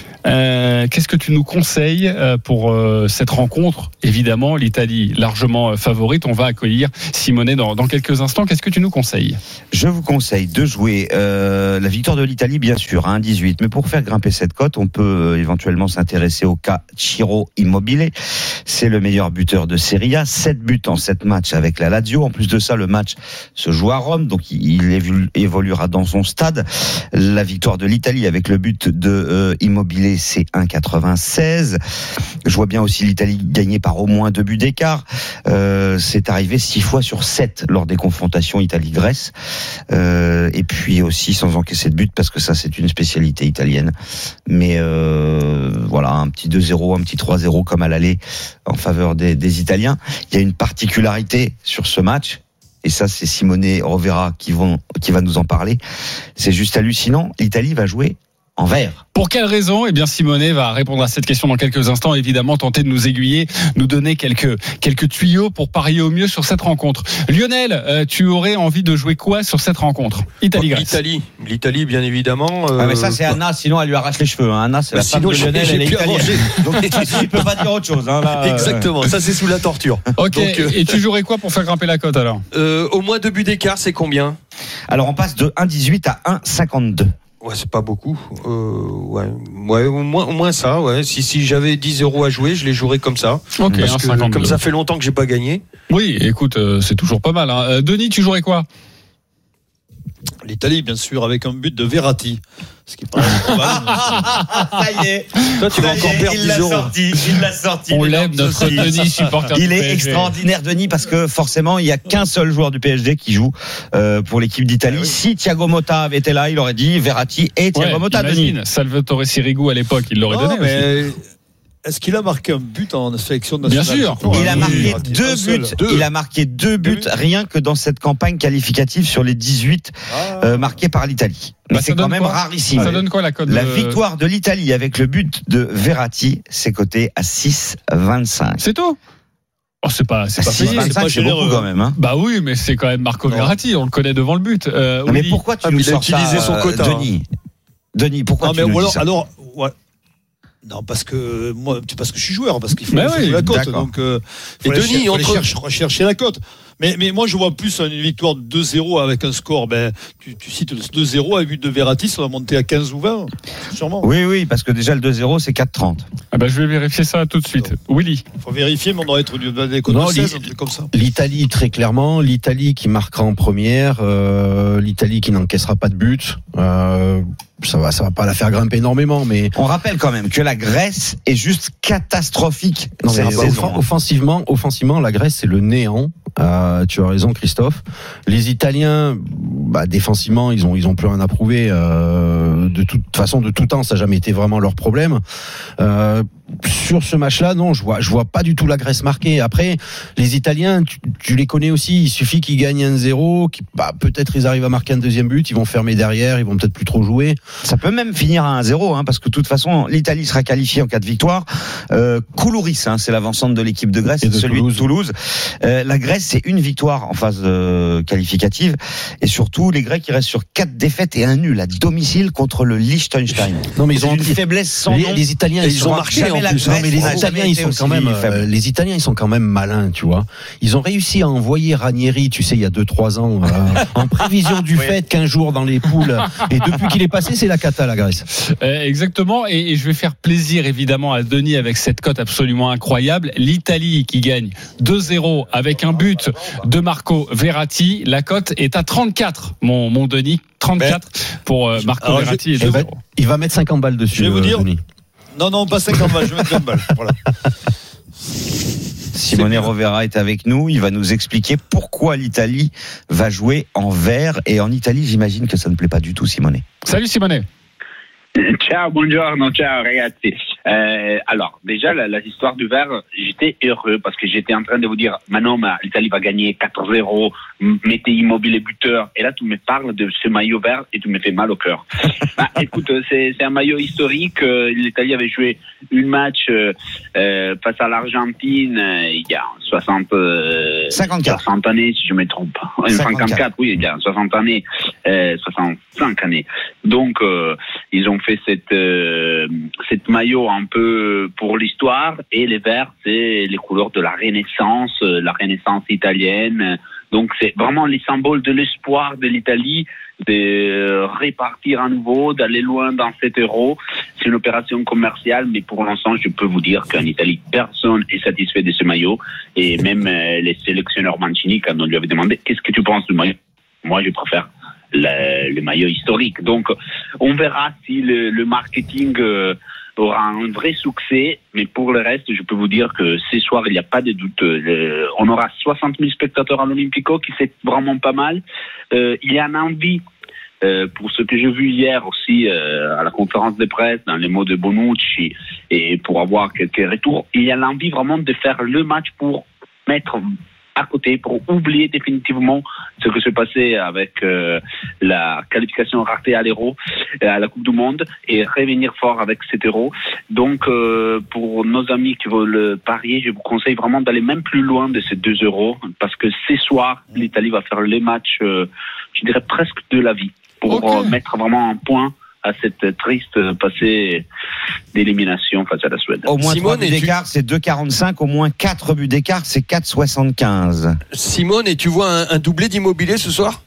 Euh, qu'est-ce que tu nous conseilles euh, pour euh, cette rencontre ? Évidemment, l'Italie largement euh, favorite. On va accueillir Simonet dans, dans quelques instants. Qu'est-ce que tu nous conseilles ? Je vous conseille de jouer euh, la victoire de l'Italie, bien sûr, à un dix-huit. Mais pour faire grimper cette cote, on peut euh, éventuellement s'intéresser au cas Ciro Immobile. C'est le meilleur buteur de Serie A. sept buts en sept matchs avec la Lazio. En plus de ça, le match se joue à Rome, donc il évoluera dans son stade. La victoire de l'Italie avec le but de euh, Immobile, c'est un quatre-vingt-seize. Je vois bien aussi l'Italie gagner par au moins deux buts d'écart. Euh, c'est arrivé six fois sur sept lors des confrontations Italie-Grèce. Euh, et puis aussi sans encaisser de but, parce que ça c'est une spécialité italienne. Mais euh, voilà, un petit deux zéro, un petit trois zéro comme à l'aller en faveur des, des Italiens. Il y a une particularité sur ce match. Et ça, c'est Simone Rovera qui, vont, qui va nous en parler. C'est juste hallucinant. L'Italie va jouer en vert. Pour quelle raison ? Eh bien, Simonet va répondre à cette question dans quelques instants. Évidemment, tenter de nous aiguiller, nous donner quelques quelques tuyaux pour parier au mieux sur cette rencontre. Lionel, euh, tu aurais envie de jouer quoi sur cette rencontre ? Italie-Grèce. L'Italie, l'Italie, bien évidemment. Euh... Ah mais ça c'est Anna, sinon elle lui arrache les cheveux. Hein. Anna c'est la Bah, femme sinon, de j'ai- Lionel, j'ai elle est pu italienne. arranger. Donc il peut pas dire autre chose. Hein, là, euh. Exactement, ça c'est sous la torture. Ok, Donc, euh, et tu jouerais quoi pour faire grimper la cote alors ? euh, au moins deux buts d'écart, c'est combien ? Alors on passe de un dix-huit à un cinquante-deux. Ouais, c'est pas beaucoup. Euh, ouais, ouais, au moins, au moins ça. Ouais. Si, si j'avais dix euros à jouer, je les jouerais comme ça. Ok, Parce un que, cinquante-deux. comme ça fait longtemps que j'ai pas gagné. Oui, écoute, euh, c'est toujours pas mal. Hein. Euh, Denis, tu jouerais quoi ? L'Italie, bien sûr, avec un but de Verratti. Ce qui est pas probable. Ça y est. Toi, tu vas encore perdre il dix l'a euros. sorti, il l'a sorti. On les l'aime, gens notre aussi. Denis, supporter Il du est P S G. extraordinaire, Denis, parce que forcément, il n'y a qu'un seul joueur du P S G qui joue euh, pour l'équipe d'Italie. Ah oui. Si Thiago Motta avait été là, il aurait dit Verratti et Thiago Ouais, Motta, imagine, Denis. Salvatore Sirigu à l'époque, il l'aurait Non, donné aussi. mais est-ce qu'il a marqué un but en sélection nationale? Bien sûr. Il a Oui, marqué Verratti, deux un seul. buts. Deux. Il a marqué deux buts buts. rien que dans cette campagne qualificative sur les dix-huit Ah. euh, marqués par l'Italie. Bah, Mais ça c'est quand donne même quoi rarissime. Ça donne quoi la cote La de- victoire de l'Italie avec le but de Verratti, c'est coté à six vingt-cinq. C'est tout. Oh, c'est pas, c'est pas six payé. vingt-cinq, pas c'est beaucoup généreux. quand même. Hein. Bah oui, mais c'est quand même Marco Non. Verratti, on le connaît devant le but. Euh, Non, mais Willy. pourquoi tu Ah, nous mais il a sors ça, utilisé son euh, quota, Denis Denis, pourquoi Non, tu mais nous ou dis alors, ça alors, ouais. Non, parce que moi, parce que je suis joueur, parce qu'il faut, Bah faut oui, jouer la cote. d'accord. Donc, euh, Et faut aller Denis, cher- faut aller entre- chercher, rechercher la cote. Mais, mais moi, je vois plus une victoire de deux zéro avec un score. Ben, tu, tu cites deux zéro avec but de Verratti, ça va monter à quinze ou vingt, sûrement. Oui, oui, parce que déjà le deux zéro, c'est quatre trente. Ah bah, je vais vérifier ça tout de suite. Willy. Il faut vérifier, mais on doit être du- des cotes Non, de seize, les- un truc comme ça. L'Italie, très clairement, l'Italie qui marquera en première, euh, l'Italie qui n'encaissera pas de but. Euh, ça va, ça va pas la faire grimper énormément, mais On rappelle quand même que la Grèce est juste catastrophique. non, mais cette saison. offen- offensivement, offensivement, la Grèce c'est le néant. Euh, tu as raison, Christophe. Les Italiens, bah, défensivement, ils ont ils ont plus rien à prouver. Euh, de toute façon, de tout temps, ça n'a jamais été vraiment leur problème. Euh, sur ce match-là, non, je vois, je vois pas du tout la Grèce marquer. Après, les Italiens, tu, tu les connais aussi. Il suffit qu'ils gagnent un zéro, qu'ils, bah, peut-être ils arrivent à marquer un deuxième but, ils vont fermer derrière, ils vont peut-être plus trop jouer. Ça peut même finir à un zéro, hein, parce que de toute façon, l'Italie sera qualifiée en cas de victoire. Euh, Koulouris, hein, c'est l'avancante de l'équipe de Grèce, Et de celui Toulouse. de Toulouse. Euh, la Grèce, c'est une victoire en phase euh, qualificative, et surtout les Grecs, ils restent sur quatre défaites et un nul à domicile contre le Liechtenstein. Non, mais ils C'est ont une faiblesse sans les, nom. les Italiens, Et ils, ils sont ont marqués jamais en la plus. Grèce Non, mais les n'a Italiens, jamais ils été sont aussi quand même, faible. euh, les Italiens, ils sont quand même malins, tu vois. Ils ont réussi à envoyer Ranieri, tu sais, il y a deux trois ans, euh, en prévision du fait qu'un jour dans les poules. Et depuis qu'il est passé, c'est la cata, la Grèce. Euh, exactement, et, et je vais faire plaisir évidemment à Denis avec cette cote absolument incroyable. L'Italie qui gagne deux zéro avec un but de Marco Verratti. La cote est à trente-quatre, mon, mon Denis. trente-quatre pour euh, Marco Alors, Verratti. je- et je deux Il va, zéro. il va mettre cinquante balles dessus. Je vais vous euh, dire- Denis. Non, non, pas cinquante balles, je vais mettre vingt balles. Voilà. Simone Rovera est avec nous. Il va nous expliquer pourquoi l'Italie va jouer en vert. Et en Italie, j'imagine que ça ne plaît pas du tout, Simone. Salut Simonet. Ciao, buongiorno, ciao ragazzi. Euh, alors, déjà, la, la histoire du vert, j'étais heureux parce que j'étais en train de vous dire, maintenant, l'Italie va gagner quatre zéro, mettez Immobile buteur. Et là, tu me parles de ce maillot vert et tu me fais mal au cœur. Bah, écoute, c'est, c'est un maillot historique. L'Italie avait joué une match euh, face à l'Argentine euh, il y a soixante, euh, cinquante-quatre. soixante années, si je me trompe. Euh, cinquante-quatre. cinquante-quatre, oui, il y a soixante années, euh, soixante-cinq années. Donc, euh, ils ont fait cette, euh, cette maillot un peu pour l'histoire, et les verts, c'est les couleurs de la Renaissance, euh, la Renaissance italienne. Donc, c'est vraiment les symboles de l'espoir de l'Italie de répartir à nouveau, d'aller loin dans cet euro. C'est une opération commerciale, mais pour l'instant, je peux vous dire qu'en Italie, personne est satisfait de ce maillot. Et même euh, les sélectionneurs Mancini, quand on lui avait demandé « Qu'est-ce que tu penses du maillot ?» Moi, je préfère le, le maillot historique. Donc, on verra si le, le marketing euh, aura un vrai succès. Mais pour le reste, je peux vous dire que ce soir, il n'y a pas de doute. Le, on aura soixante mille spectateurs à l'Olympico, qui c'est vraiment pas mal. Euh, il y a une envie. Euh, pour ce que j'ai vu hier aussi euh, à la conférence de presse, dans les mots de Bonucci, et pour avoir quelques retours, il y a l'envie vraiment de faire le match pour mettre à côté, pour oublier définitivement ce que s'est passé avec euh, la qualification ratée à l'Euro, à la Coupe du Monde, et revenir fort avec cet Euro. Donc, euh, pour nos amis qui veulent parier, je vous conseille vraiment d'aller même plus loin de ces deux euros, parce que ce soir, l'Italie va faire les matchs, euh, je dirais presque de la vie, pour Okay. euh, mettre vraiment un point à cette triste passée d'élimination face à la Suède. Au moins Simone, trois buts et tu- d'écart, c'est deux quarante-cinq. Au moins quatre buts d'écart, c'est quatre soixante-quinze. Simone, et tu vois un, un doublé d'Immobilier ce soir?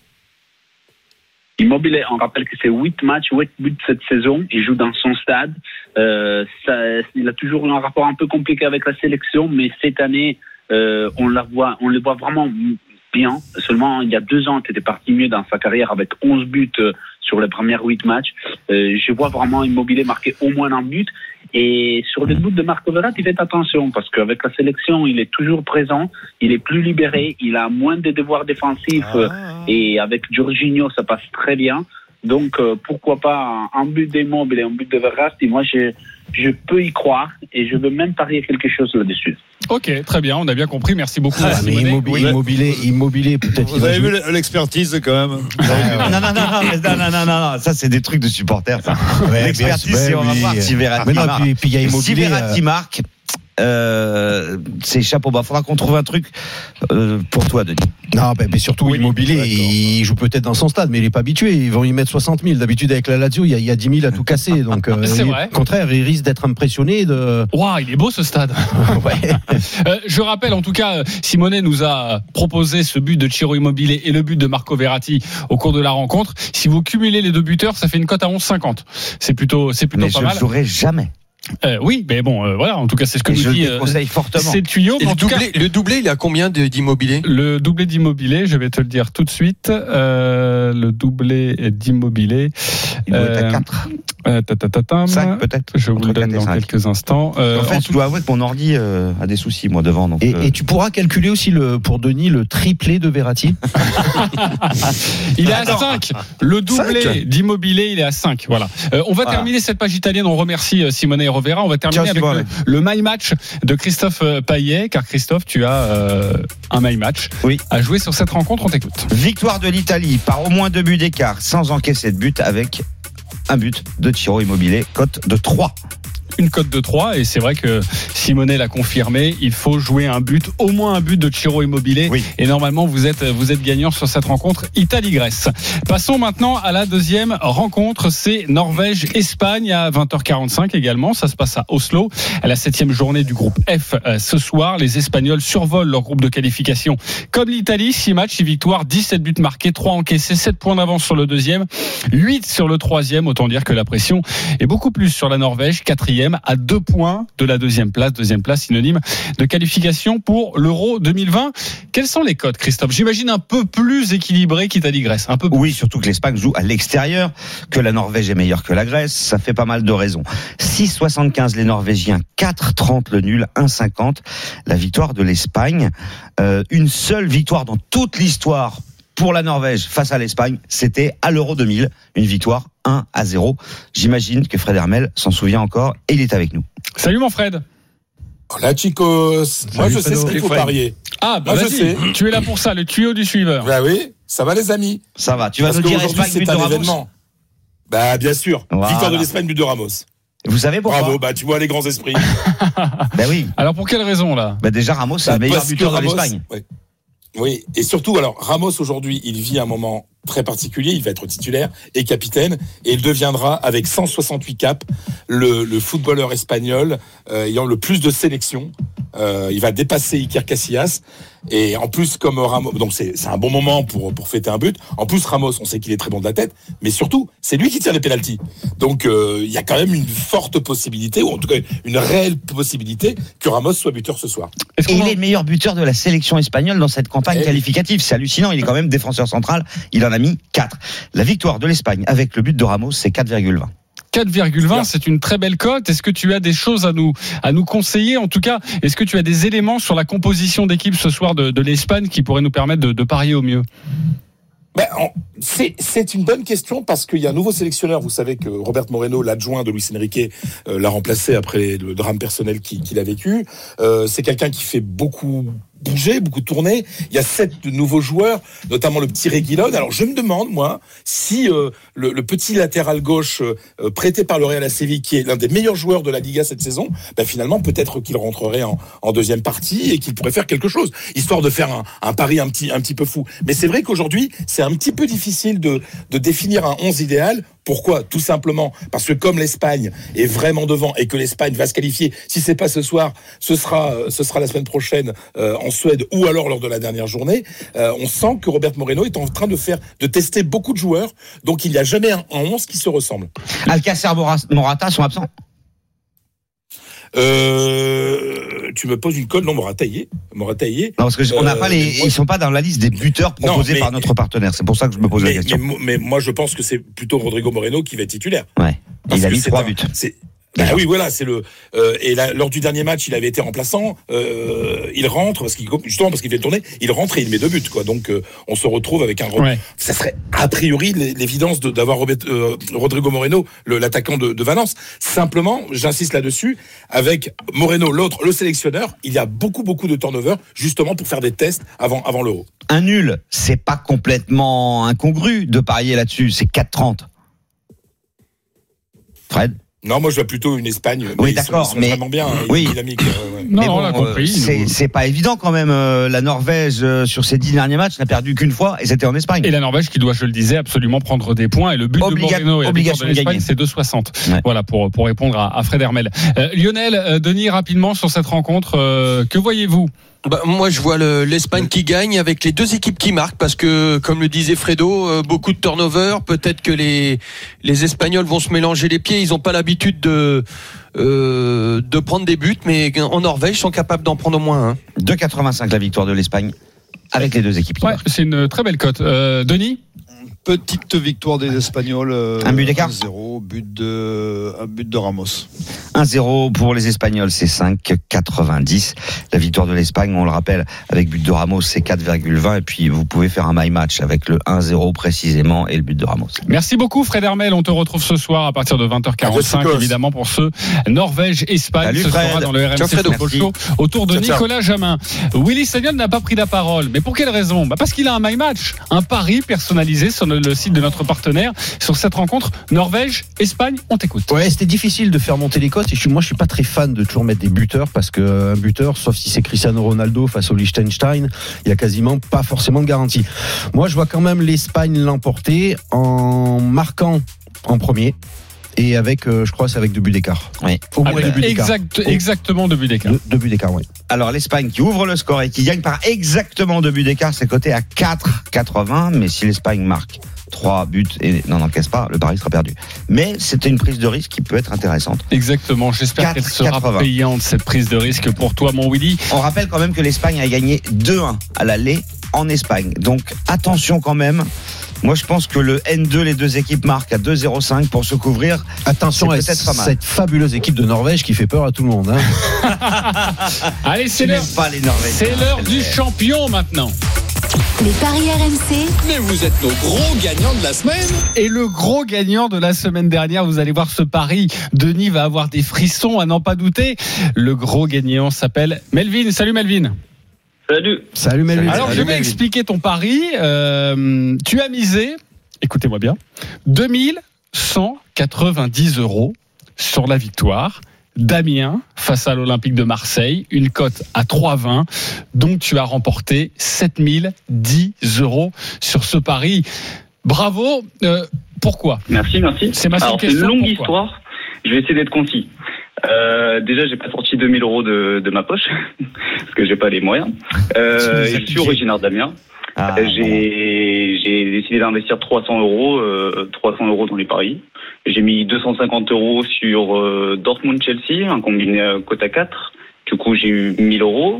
Immobile, on rappelle que c'est huit matchs, huit buts cette saison. Il joue dans son stade. Euh, ça, il a toujours eu un rapport un peu compliqué avec la sélection, mais cette année, euh, on la voit, on le voit vraiment bien. Seulement, il y a deux ans, il était parti mieux dans sa carrière avec onze buts sur les premiers huit matchs. Euh, je vois vraiment Immobilier marquer au moins un but. Et sur le but de Marco Verratti, faites attention, parce qu'avec la sélection, il est toujours présent, il est plus libéré, il a moins de devoirs défensifs, ah. et avec Jorginho, ça passe très bien. Donc, euh, pourquoi pas un, un but d'Immobile et un but de Verratti. Moi, je, je peux y croire et je veux même parier quelque chose là-dessus. Ok, très bien, on a bien compris. Merci beaucoup. Ah, mais immobilier, immobilier, immobilier, peut-être. Vous avez vu l'expertise quand même. non, non, non, non, non, non, non, non, ça c'est des trucs de supporters. Ça. Ouais, l'expertise, c'est on va voir si Verratti marque. Puis, puis, y a immobilier, si Verratti euh... marque. Euh, c'est chapeau bas. Faudra qu'on trouve un truc euh, pour toi, Denis. Non, mais, mais surtout oui, Immobilier, d'accord. Il joue peut-être dans son stade, mais il est pas habitué. Ils vont y mettre soixante mille. D'habitude, avec la Lazio, il y a, il y a dix mille à tout casser. Donc, euh, c'est il, vrai. Au contraire, il risque d'être impressionné de. Waouh, il est beau ce stade. Ouais. euh, je rappelle, en tout cas, Simone nous a proposé ce but de Ciro Immobilier et le but de Marco Verratti au cours de la rencontre. Si vous cumulez les deux buteurs, ça fait une cote à onze virgule cinquante. C'est plutôt, c'est plutôt mais pas mal. Mais je ne jouerai jamais. Euh, oui, mais bon, euh, voilà. En tout cas, c'est ce que et nous je dit. Je le conseille fortement. C'est le tuyau. Et le doublé, cas, le doublé, il a combien d'Immobilier ? Le doublé d'Immobilier, je vais te le dire tout de suite. Euh, le doublé d'Immobilier. Il doit euh, être à quatre. Euh, cinq peut-être. Je vous le donne dans cinq. Quelques instants. Euh, en fait, en je dois avouer que mon ordi euh, a des soucis, moi, devant. Donc, et, euh... et tu pourras calculer aussi le, pour Denis le triplé de Verratti. Il est à cinq. Le doublé cinq. D'Immobilier, il est à cinq. Voilà. Euh, on va voilà. terminer cette page italienne. On remercie Simone et Rovera. On va terminer Tiens, avec le, le my match de Christophe Payet, car Christophe, tu as euh, un my match oui. à jouer sur cette rencontre. On t'écoute. Victoire de l'Italie par au moins deux buts d'écart, sans encaisser de but, avec un but de Ciro Immobilier, cote de trois. Une cote de trois, et c'est vrai que Simone l'a confirmé, il faut jouer un but, au moins un but de Ciro Immobilier, oui. Et normalement vous êtes, vous êtes gagnant sur cette rencontre Italie-Grèce. Passons maintenant à la deuxième rencontre, c'est Norvège-Espagne à vingt heures quarante-cinq également, ça se passe à Oslo, à la septième journée du groupe F ce soir. Les Espagnols survolent leur groupe de qualification comme l'Italie, six matchs, six victoires, dix-sept buts marqués, trois encaissés, sept points d'avance sur le deuxième, huit sur le troisième, autant dire que la pression est beaucoup plus sur la Norvège, quatrième à deux points de la deuxième place. Deuxième place synonyme de qualification pour l'Euro deux mille vingt. Quels sont les cotes, Christophe ? J'imagine un peu plus équilibré qu'Italie-Grèce. Un peu plus. Oui, surtout que l'Espagne joue à l'extérieur, que la Norvège est meilleure que la Grèce. Ça fait pas mal de raisons. six virgule soixante-quinze les Norvégiens, quatre virgule trente le nul, un virgule cinquante la victoire de l'Espagne. Euh, une seule victoire dans toute l'histoire pour la Norvège face à l'Espagne, c'était à l'Euro deux mille, une victoire un à zéro. J'imagine que Fred Hermel s'en souvient encore et il est avec nous. Salut mon Fred. Hola chicos. Salut, moi je sais ce qu'il faut parier. Ah bah moi, je sais. Tu es là pour ça, le tuyau du suiveur. Bah oui, ça va les amis. Ça va. Tu vas Parce nous dire Espagne, but c'est de un Ramos. Événement. Bah bien sûr. Voilà. Victoire de l'Espagne, but de Ramos. Vous savez pourquoi ? Bravo, bah tu vois les grands esprits. Bah oui. Alors pour quelle raison là ? Bah déjà Ramos c'est bah, le meilleur buteur de l'Espagne. Ouais. Oui, et surtout, alors Ramos aujourd'hui, il vit un moment très particulier, il va être titulaire et capitaine, et il deviendra, avec cent soixante-huit caps, le, le footballeur espagnol euh, ayant le plus de sélections. Euh, il va dépasser Iker Casillas, et en plus, comme Ramos, donc c'est, c'est un bon moment pour, pour fêter un but. En plus, Ramos, on sait qu'il est très bon de la tête, mais surtout, c'est lui qui tire les pénaltys. Donc, euh, il y a quand même une forte possibilité, ou en tout cas une réelle possibilité, que Ramos soit buteur ce soir. Et il est le meilleur buteur de la sélection espagnole dans cette campagne et qualificative. C'est hallucinant, il est quand même défenseur central, il en a mis quatre. La victoire de l'Espagne avec le but de Ramos, c'est quatre virgule vingt. quatre virgule vingt, c'est une très belle cote. Est-ce que tu as des choses à nous, à nous conseiller ? En tout cas, est-ce que tu as des éléments sur la composition d'équipe ce soir de, de l'Espagne qui pourraient nous permettre de, de parier au mieux ? Ben, c'est, c'est une bonne question parce qu'il y a un nouveau sélectionneur. Vous savez que Robert Moreno, l'adjoint de Luis Enrique, euh, l'a remplacé après le drame personnel qu'il, qu'il a vécu. Euh, c'est quelqu'un qui fait beaucoup bouger, beaucoup tourner. Il y a sept nouveaux joueurs, notamment le petit Reguilón. Alors je me demande, moi, si euh, le, le petit latéral gauche euh, prêté par le Real à Séville, qui est l'un des meilleurs joueurs de la Liga cette saison, ben finalement peut-être qu'il rentrerait en, en deuxième partie et qu'il pourrait faire quelque chose, histoire de faire un, un pari un petit, un petit peu fou. Mais c'est vrai qu'aujourd'hui, c'est un petit peu difficile de, de définir un onze idéal. Pourquoi ? Tout simplement parce que comme l'Espagne est vraiment devant et que l'Espagne va se qualifier, si c'est pas ce soir, ce sera, ce sera la semaine prochaine euh, en Suède ou alors lors de la dernière journée. Euh, on sent que Robert Moreno est en train de faire, de tester beaucoup de joueurs, donc il n'y a jamais un, un onze qui se ressemble. Alcácer, Morata sont absents. Euh, tu me poses une colle, non, Morataillé, Morataillé. Non, parce que on n'a euh, pas les, moi, ils sont pas dans la liste des buteurs proposés non, mais, par notre partenaire. C'est pour ça que je me pose mais, la question. Mais, mais moi, je pense que c'est plutôt Rodrigo Moreno qui va être titulaire. Ouais. Parce il a que mis c'est trois un, buts. C'est, Ah oui, voilà, c'est le. Euh, et là, lors du dernier match, il avait été remplaçant. Euh, il rentre parce qu'il justement parce qu'il fait tourner. Il rentre et il met deux buts, quoi. Donc, euh, on se retrouve avec un. Ouais. Ça serait a priori l'évidence de, d'avoir Robert, euh, Rodrigo Moreno, le, l'attaquant de, de Valence. Simplement, j'insiste là-dessus, avec Moreno, l'autre, le sélectionneur, il y a beaucoup, beaucoup de turnover justement pour faire des tests avant, avant l'Euro. Un nul, c'est pas complètement incongru de parier là-dessus. C'est quatre trente. Fred? Non, moi je vois plutôt une Espagne. Oui, mais d'accord, ils sont, ils sont mais vraiment bien, oui. dynamiques. Euh, ouais. Non, mais on bon, l'a compris. Euh, c'est, c'est pas évident quand même. Euh, la Norvège euh, sur ses dix derniers matchs n'a perdu qu'une fois et c'était en Espagne. Et la Norvège qui doit, je le disais, absolument prendre des points. Et le but Obliga- de Moreno et la victoire de l'Espagne, gagner. c'est deux soixante. Ouais. Voilà pour pour répondre à, à Fred Hermel. Euh, Lionel, euh, Denis, rapidement sur cette rencontre, euh, que voyez-vous? Bah, moi, je vois le, l'Espagne qui gagne avec les deux équipes qui marquent parce que, comme le disait Fredo, euh, beaucoup de turnover. Peut-être que les les Espagnols vont se mélanger les pieds. Ils n'ont pas l'habitude de euh, de prendre des buts, mais en Norvège, ils sont capables d'en prendre au moins un. deux virgule quatre-vingt-cinq la victoire de l'Espagne avec les deux équipes. Qui Ouais, marquent. c'est une très belle cote. Euh, Denis? Petite victoire des Espagnols. Euh, Un but d'écart. un zéro, but de, un but de Ramos. un zéro pour les Espagnols, c'est cinq virgule quatre-vingt-dix. La victoire de l'Espagne, on le rappelle, avec but de Ramos, c'est quatre virgule vingt. Et puis, vous pouvez faire un my match avec le un zéro précisément et le but de Ramos. Merci beaucoup, Fred Hermel. On te retrouve ce soir à partir de vingt heures quarante-cinq, évidemment, pour ce Norvège-Espagne. Salut, ce Fred. sera dans le R M C Ciao, Football Show autour de Ciao, ciao. Nicolas Jamin. Willy Sagnol n'a pas pris la parole. Mais pour quelle raison? Bah parce qu'il a un my match, un pari personnalisé sur le, le site de notre partenaire sur cette rencontre Norvège-Espagne. On t'écoute. Ouais, c'était difficile de faire monter les cotes. Et je suis, moi, je suis pas très fan de toujours mettre des buteurs parce qu'un buteur, sauf si c'est Cristiano Ronaldo face au Liechtenstein, il y a quasiment pas forcément de garantie. Moi, je vois quand même l'Espagne l'emporter en marquant en premier. Et avec, euh, je crois, c'est avec deux buts d'écart. Oui. Au moins Ah, deux buts d'écart. exact, exactement deux buts d'écart. Deux, deux buts d'écart, oui. Alors, l'Espagne qui ouvre le score et qui gagne par exactement deux buts d'écart, c'est coté à quatre virgule quatre-vingts. Mais si l'Espagne marque trois buts et n'en encaisse pas, le pari sera perdu. Mais c'était une prise de risque qui peut être intéressante. Exactement. J'espère quatre qu'elle sera quatre-vingts. payante, cette prise de risque pour toi, mon Willy. On rappelle quand même que l'Espagne a gagné deux un à l'aller en Espagne. Donc, attention quand même. Moi, je pense que le N deux, les deux équipes marquent à deux zéro cinq pour se couvrir. Attention à C'est peut-être pas mal. cette fabuleuse équipe de Norvège qui fait peur à tout le monde. Hein. Allez, c'est Tu l'heure. n'aimes pas les Norvégiens. C'est l'heure du champion maintenant. Les paris R M C, Mais vous êtes nos gros gagnants de la semaine. Et le gros gagnant de la semaine dernière, vous allez voir ce pari. Denis va avoir des frissons à n'en pas douter. Le gros gagnant s'appelle Melvin. Salut Melvin. Salut. Salut Melvin. Alors Salut, je vais Melvin. expliquer ton pari. Euh, tu as misé, écoutez-moi bien, deux mille cent quatre-vingt-dix euros sur la victoire d'Amiens face à l'Olympique de Marseille, une cote à trois virgule vingt, donc tu as remporté sept mille dix euros sur ce pari. Bravo. Euh, pourquoi? Merci, merci. C'est ma seule Alors, c'est question, une longue pourquoi histoire. Je vais essayer d'être concis. Euh, déjà, j'ai pas sorti deux mille euros de, de ma poche parce que j'ai pas les moyens. Euh, je suis originaire d'Amiens. Ah, Euh, j'ai, j'ai décidé d'investir trois cents euros, euh, trois cents euros dans les paris. J'ai mis deux cent cinquante euros sur euh, Dortmund-Chelsea, un combiné à cote à quatre. Du coup, j'ai eu mille euros.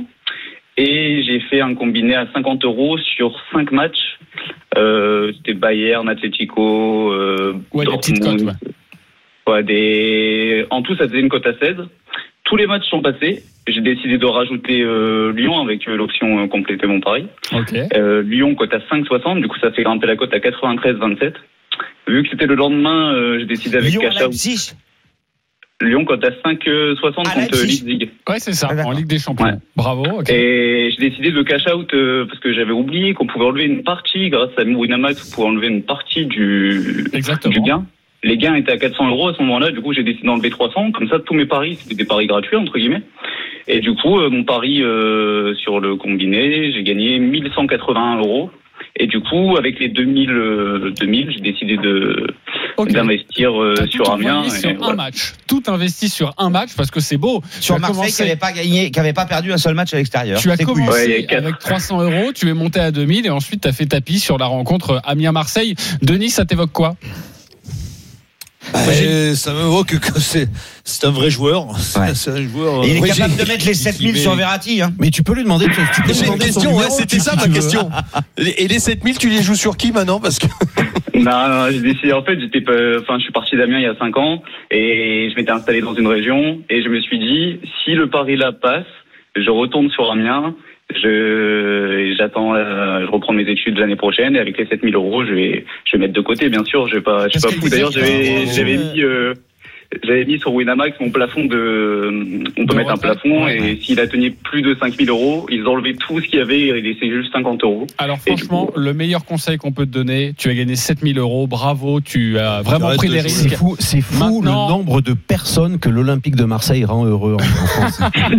Et j'ai fait un combiné à cinquante euros sur cinq matchs. Euh, c'était Bayern, Atletico, euh, Ouais, des petites Dortmund. cotes, Ouais, des... En tout, ça faisait une cote à seize. Tous les matchs sont passés. J'ai décidé de rajouter euh, Lyon avec euh, l'option euh, compléter mon pari. Ok. Euh, Lyon cote à cinq virgule soixante, du coup ça fait grimper la cote à quatre-vingt-treize virgule vingt-sept. Vu que c'était le lendemain, euh, j'ai décidé avec Lyon à cash out. Leipzig. Lyon cote à cinq virgule soixante À contre Leipzig. Leipzig. Ouais, c'est ça, Ah, d'accord. en Ligue des Champions. Ouais. Bravo. ok. Et j'ai décidé de cash out euh, parce que j'avais oublié qu'on pouvait enlever une partie, grâce à Winamax, on pouvait enlever une partie du, Exactement. du gain. Les gains étaient à quatre cents euros à ce moment-là, du coup j'ai décidé d'enlever trois cents, comme ça tous mes paris, c'était des paris gratuits entre guillemets. Et du coup, euh, mon pari euh, sur le combiné, j'ai gagné mille cent quatre-vingts euros. Et du coup, avec les deux mille, euh, deux mille, j'ai décidé de Ok. d'investir euh, T'as tout sur Amiens. envoyé sur et un voilà. match. Tout investi sur un match parce que c'est beau. Sur Tu as Marseille commencé- qui n'avait pas gagné, qui n'avait pas perdu un seul match à l'extérieur. Tu as C'est couillu. commencé Ouais, il y a quatre. avec trois cents euros, tu es monté à deux mille et ensuite tu as fait tapis sur la rencontre Amiens-Marseille. Denis, ça t'évoque quoi? Bah, ça m'évoque que c'est, c'est un vrai joueur. Ouais. C'est un joueur. Et il est ouais, capable j'ai... de mettre les sept mille sur Verratti. Hein. Mais tu peux lui demander. Tu peux lui J'ai une demander son question, ouais, numéro, c'était si ça tu ma veux. question. Et les sept mille, tu les joues sur qui maintenant? Parce que. Non, non, j'ai décidé, en fait, j'étais pas, enfin, je suis parti d'Amiens il y a cinq ans, et je m'étais installé dans une région, et je me suis dit, si le pari là passe, je retourne sur Amiens, je, j'attends, euh, je reprends mes études l'année prochaine, et avec les sept mille euros, je vais, je vais mettre de côté, bien sûr, je vais pas, je suis pas fou. D'ailleurs, j'avais, j'avais mis, euh, J'avais mis sur Winamax mon plafond de. On peut de mettre un plafond ouais, et ouais. S'il atteignait plus de cinq mille euros, ils enlevaient tout ce qu'il y avait et ils laissaient juste cinquante euros. Alors franchement, coup, le meilleur conseil qu'on peut te donner, tu as gagné sept mille euros, bravo, tu as vraiment pris des risques. C'est fou, c'est fou Maintenant, le nombre de personnes que l'Olympique de Marseille rend heureux en France.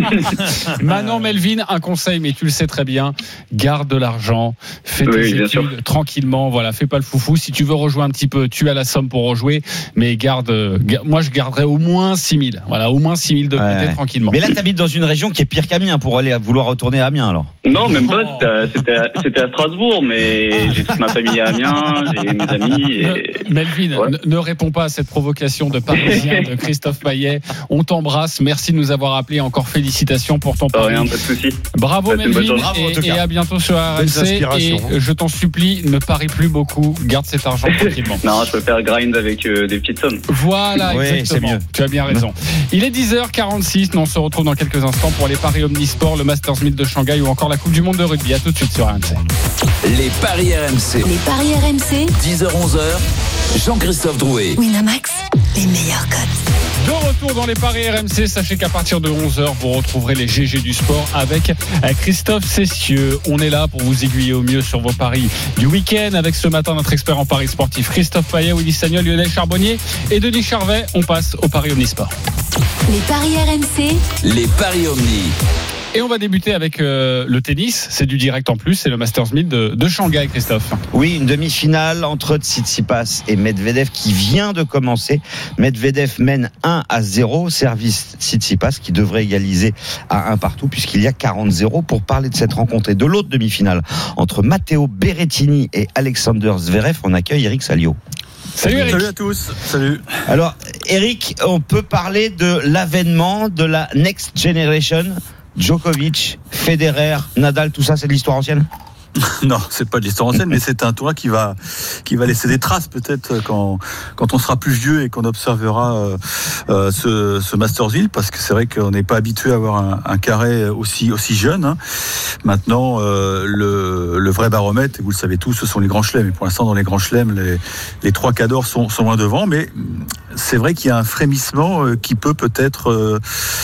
Manon Melvin, un conseil, mais tu le sais très bien, garde de l'argent, fais tes oui, études sûr. tranquillement, voilà, fais pas le foufou. Si tu veux rejouer un petit peu, tu as la somme pour rejouer, mais garde, garde moi je garde garderais au moins six mille. Voilà, au moins six mille de côté ouais. tranquillement. Mais là, tu habites dans une région qui est pire qu'Amiens pour aller vouloir retourner à Amiens alors. Non, même pas. C'était à, c'était à Strasbourg, mais j'ai toute ma famille à Amiens, j'ai mes amis. Et... Melvin, ouais. ne, ne réponds pas à cette provocation de Parisien de Christophe Payet. On t'embrasse. Merci de nous avoir appelés. Encore félicitations pour ton pari. Rien, pas de souci. Bravo Melvin et, et à bientôt sur R M C. Et je t'en supplie, ne parie plus beaucoup. Garde cet argent tranquillement. Non, je peux faire grind avec euh, des petites sommes. Voilà, oui, exactement. C'est mieux. Tu as bien raison. Il est dix heures quarante-six. On se retrouve dans quelques instants pour les paris Omnisport, le Masters mille de Shanghai ou encore la Coupe du Monde de rugby. À tout de suite sur R M C. Les paris R M C. Les paris R M C. dix heures onze heures. Jean-Christophe Drouet. Winamax, les meilleurs codes. De retour dans les paris R M C, sachez qu'à partir de onze heures, vous retrouverez les G G du sport avec Christophe Cessieux. On est là pour vous aiguiller au mieux sur vos paris du week-end avec ce matin notre expert en paris sportif Christophe Payet, Willy Sagnol, Lionel Charbonnier et Denis Charvet. On passe au paris Omnisport. Les paris R M C. Les paris Omni. Et on va débuter avec euh, le tennis. C'est du direct en plus. C'est le Masters mille de, de Shanghai, Christophe. Oui, une demi-finale entre Tsitsipas et Medvedev qui vient de commencer. Medvedev mène un à zéro. Service Tsitsipas qui devrait égaliser à un partout puisqu'il y a quarante zéro. Pour parler de cette rencontre et de l'autre demi-finale entre Matteo Berrettini et Alexander Zverev, on accueille Eric Salio. Salut Eric. Salut à tous. Salut. Alors Eric, on peut parler de l'avènement de la Next Generation. Djokovic, Federer, Nadal, tout ça, c'est de l'histoire ancienne ? Non, c'est pas de l'histoire ancienne, mais c'est un tournoi qui va qui va laisser des traces peut-être quand quand on sera plus vieux et qu'on observera euh, euh, ce, ce Mastersville, parce que c'est vrai qu'on n'est pas habitué à avoir un, un carré aussi aussi jeune. Hein. Maintenant, euh, le le vrai baromètre, et vous le savez tous, ce sont les grands chelems. Et pour l'instant, dans les grands chelems, les les trois cadors sont sont loin devant, mais c'est vrai qu'il y a un frémissement euh, qui peut peut-être euh,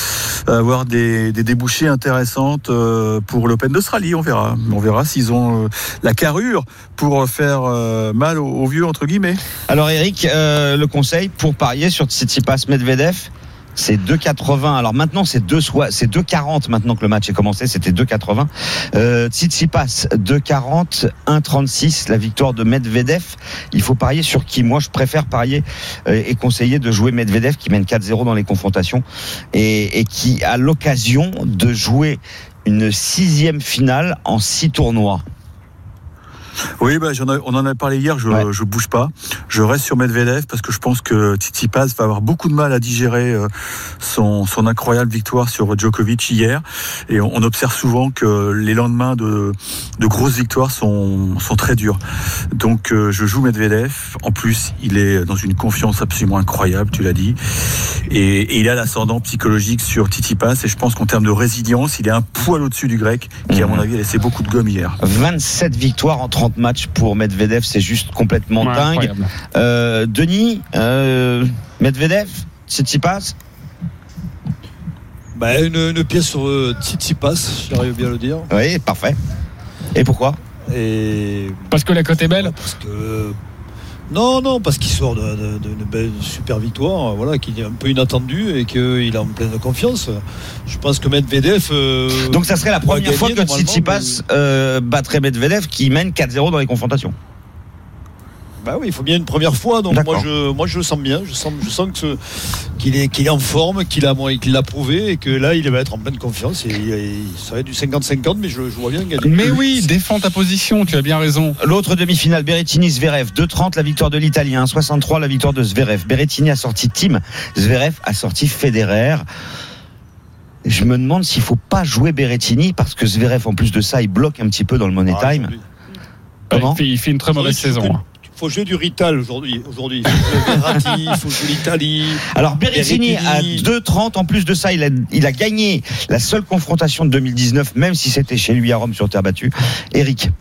avoir des, des débouchés intéressantes euh, pour l'Open d'Australie. On verra. On verra s'ils ont euh, la carrure pour faire euh, mal aux, aux vieux, entre guillemets. Alors Eric, euh, le conseil pour parier sur Tsitsipas Medvedev, c'est deux quatre-vingts. Alors maintenant c'est deux c'est deux quarante maintenant que le match est commencé, c'était deux quatre-vingts. Euh, Tsitsipas deux quarante, un trente-six la victoire de Medvedev. Il faut parier sur qui ? Moi je préfère parier euh, et conseiller de jouer Medvedev qui mène quatre zéro dans les confrontations et, et qui a l'occasion de jouer une sixième finale en six tournois. Oui, bah, j'en ai, on en a parlé hier, je, ouais. je bouge pas. Je reste sur Medvedev parce que je pense que Tsitsipas va avoir beaucoup de mal à digérer euh, son, son incroyable victoire sur Djokovic hier. Et on, on observe souvent que les lendemains de, de grosses victoires sont, sont très durs. Donc, euh, je joue Medvedev. En plus, il est dans une confiance absolument incroyable, tu l'as dit. Et, et il a l'ascendant psychologique sur Tsitsipas. Et je pense qu'en termes de résilience, il est un poil au-dessus du grec, qui, à mon avis, a laissé beaucoup de gomme hier. vingt-sept victoires en trente matchs pour Medvedev, c'est juste complètement ouais, dingue. Euh, Denis, euh, Medvedev, Tsitsipas. Bah, une, une pièce sur euh, Tsitsipas, j'arrive bien à le dire. Oui, parfait. Et pourquoi ? Et parce que la cote est belle. Parce que non, non, parce qu'il sort de, de, de, de belle super victoire, voilà, qui est un peu inattendue et qu'il est en pleine confiance. Je pense que Medvedev. Euh, Donc ça serait la première fois que Tsitsipas mais... euh, battrait Medvedev qui mène quatre zéro dans les confrontations. Bah oui, il faut bien une première fois. Donc moi je, moi je le sens bien. Je sens, je sens que ce, qu'il est, qu'il est en forme, qu'il a, qu'il l'a prouvé et que là il va être en pleine confiance. Et, et ça va être du cinquante cinquante, mais je, je vois bien gagner. Mais oui, défends ta position. Tu as bien raison. L'autre demi-finale, Berrettini-Zverev, deux trente la victoire de l'Italien, un soixante-trois la victoire de Zverev. Berrettini a sorti Thiem, Zverev a sorti Federer. Je me demande s'il faut pas jouer Berrettini parce que Zverev en plus de ça il bloque un petit peu dans le money ah, time. Comment il fait, il fait une très mauvaise saison. Il faut jouer du Rital aujourd'hui. Aujourd'hui, il faut jouer Verratti, il faut jouer l'Italie. Alors Berrettini à deux trente. En plus de ça, il a, il a gagné la seule confrontation de deux mille dix-neuf, même si c'était chez lui à Rome sur terre battue. Eric.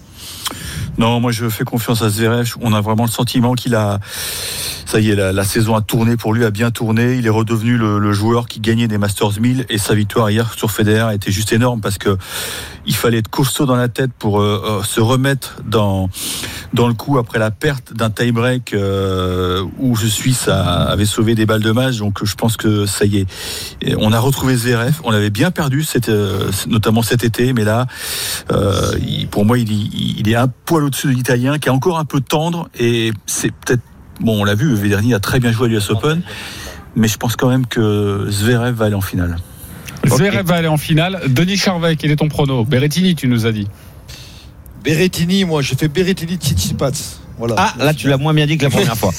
Non, moi je fais confiance à Zverev. On a vraiment le sentiment qu'il a, ça y est, la, la saison a tourné pour lui, a bien tourné. Il est redevenu le, le joueur qui gagnait des Masters mille et sa victoire hier sur Federer était juste énorme parce que il fallait être costaud dans la tête pour euh, euh, se remettre dans dans le coup après la perte d'un tie-break euh, où je suis ça avait sauvé des balles de match. Donc je pense que ça y est, et on a retrouvé Zverev. On l'avait bien perdu, cette, euh, notamment cet été, mais là, euh, il, pour moi, il, il, il est un poil au-dessus de l'Italien, qui est encore un peu tendre. Et c'est peut-être, bon, on l'a vu, Federer a très bien joué à l'U S Open, mais je pense quand même que Zverev va aller en finale. Zverev okay. va aller en finale. Denis Charvet, quel est ton prono? Berrettini, tu nous as dit. Berrettini, moi, j'ai fait Berrettini Tsitsipas. Voilà. Ah, là, tu l'as moins bien dit que la première fois.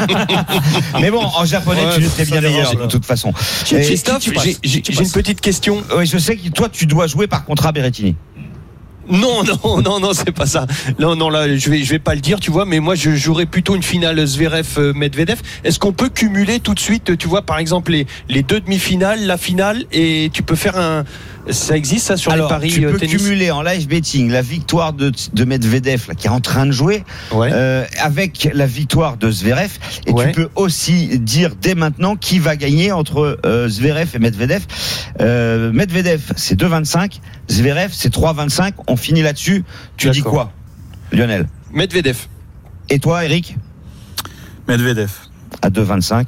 Mais bon, en japonais, ouais, tu sais bien meilleur, de toute façon. Christophe, j'ai, j'ai, j'ai une petite question. Oui, je sais que toi, tu dois jouer par contrat Berrettini. Non, non, non, non, c'est pas ça. Non, non, là, je vais, je vais pas le dire, tu vois, mais moi, je jouerais plutôt une finale Zverev-Medvedev. Est-ce qu'on peut cumuler tout de suite, tu vois, par exemple, les, les deux demi-finales, la finale, et tu peux faire un, ça existe, ça, sur Alors, les paris tu peux tennis cumuler en live betting la victoire de, de Medvedev, là, qui est en train de jouer, ouais. euh, avec la victoire de Zverev, et ouais. tu peux aussi dire dès maintenant qui va gagner entre euh, Zverev et Medvedev. Euh, Medvedev, c'est deux vingt-cinq, Zverev, c'est trois vingt-cinq. On finit là-dessus. Tu D'accord. dis quoi, Lionel? Medvedev. Et toi, Eric? Medvedev. À deux vingt-cinq.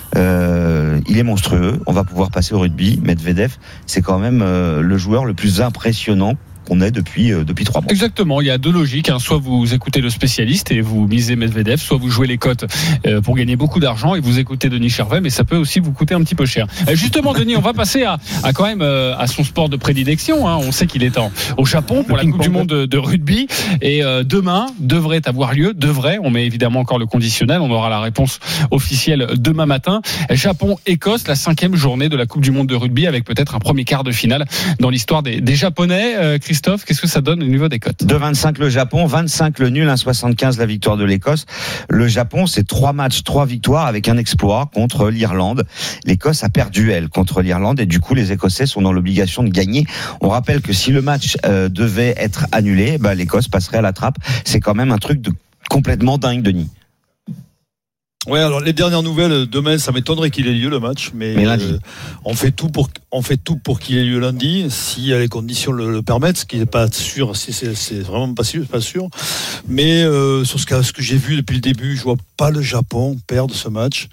Euh, il est monstrueux. On va pouvoir passer au rugby. Medvedev, c'est quand même euh, le joueur le plus impressionnant qu'on ait depuis, euh, depuis trois mois. Exactement, il y a deux logiques, hein. Soit vous écoutez le spécialiste et vous misez Medvedev, soit vous jouez les cotes euh, pour gagner beaucoup d'argent et vous écoutez Denis Charvet, mais ça peut aussi vous coûter un petit peu cher. Euh, justement, Denis, on va passer à, à quand même euh, à son sport de prédilection, hein. On sait qu'il est en, au Japon pour la Coupe du Monde de, de rugby et euh, demain devrait avoir lieu, devrait, on met évidemment encore le conditionnel, on aura la réponse officielle demain matin. Japon-Écosse, la cinquième journée de la Coupe du Monde de rugby avec peut-être un premier quart de finale dans l'histoire des, des Japonais. Euh, Christophe, qu'est-ce que ça donne au niveau des cotes? deux vingt-cinq le Japon, vingt-cinq le nul, un soixante-quinze la victoire de l'Écosse. Le Japon, c'est trois matchs, trois victoires avec un exploit contre l'Irlande. L'Écosse a perdu, elle, contre l'Irlande et du coup, les Écossais sont dans l'obligation de gagner. On rappelle que si le match euh, devait être annulé, bah, l'Écosse passerait à la trappe. C'est quand même un truc de complètement dingue, Denis. Ouais, alors les dernières nouvelles, demain, ça m'étonnerait qu'il ait lieu le match, mais, mais lundi. Euh, on fait tout pour, on fait tout pour qu'il ait lieu lundi, si les conditions le, le permettent, ce qui n'est pas sûr, c'est, c'est, c'est vraiment pas sûr, pas sûr. Mais euh, sur ce que, ce que j'ai vu depuis le début, je vois pas le Japon perdre ce match.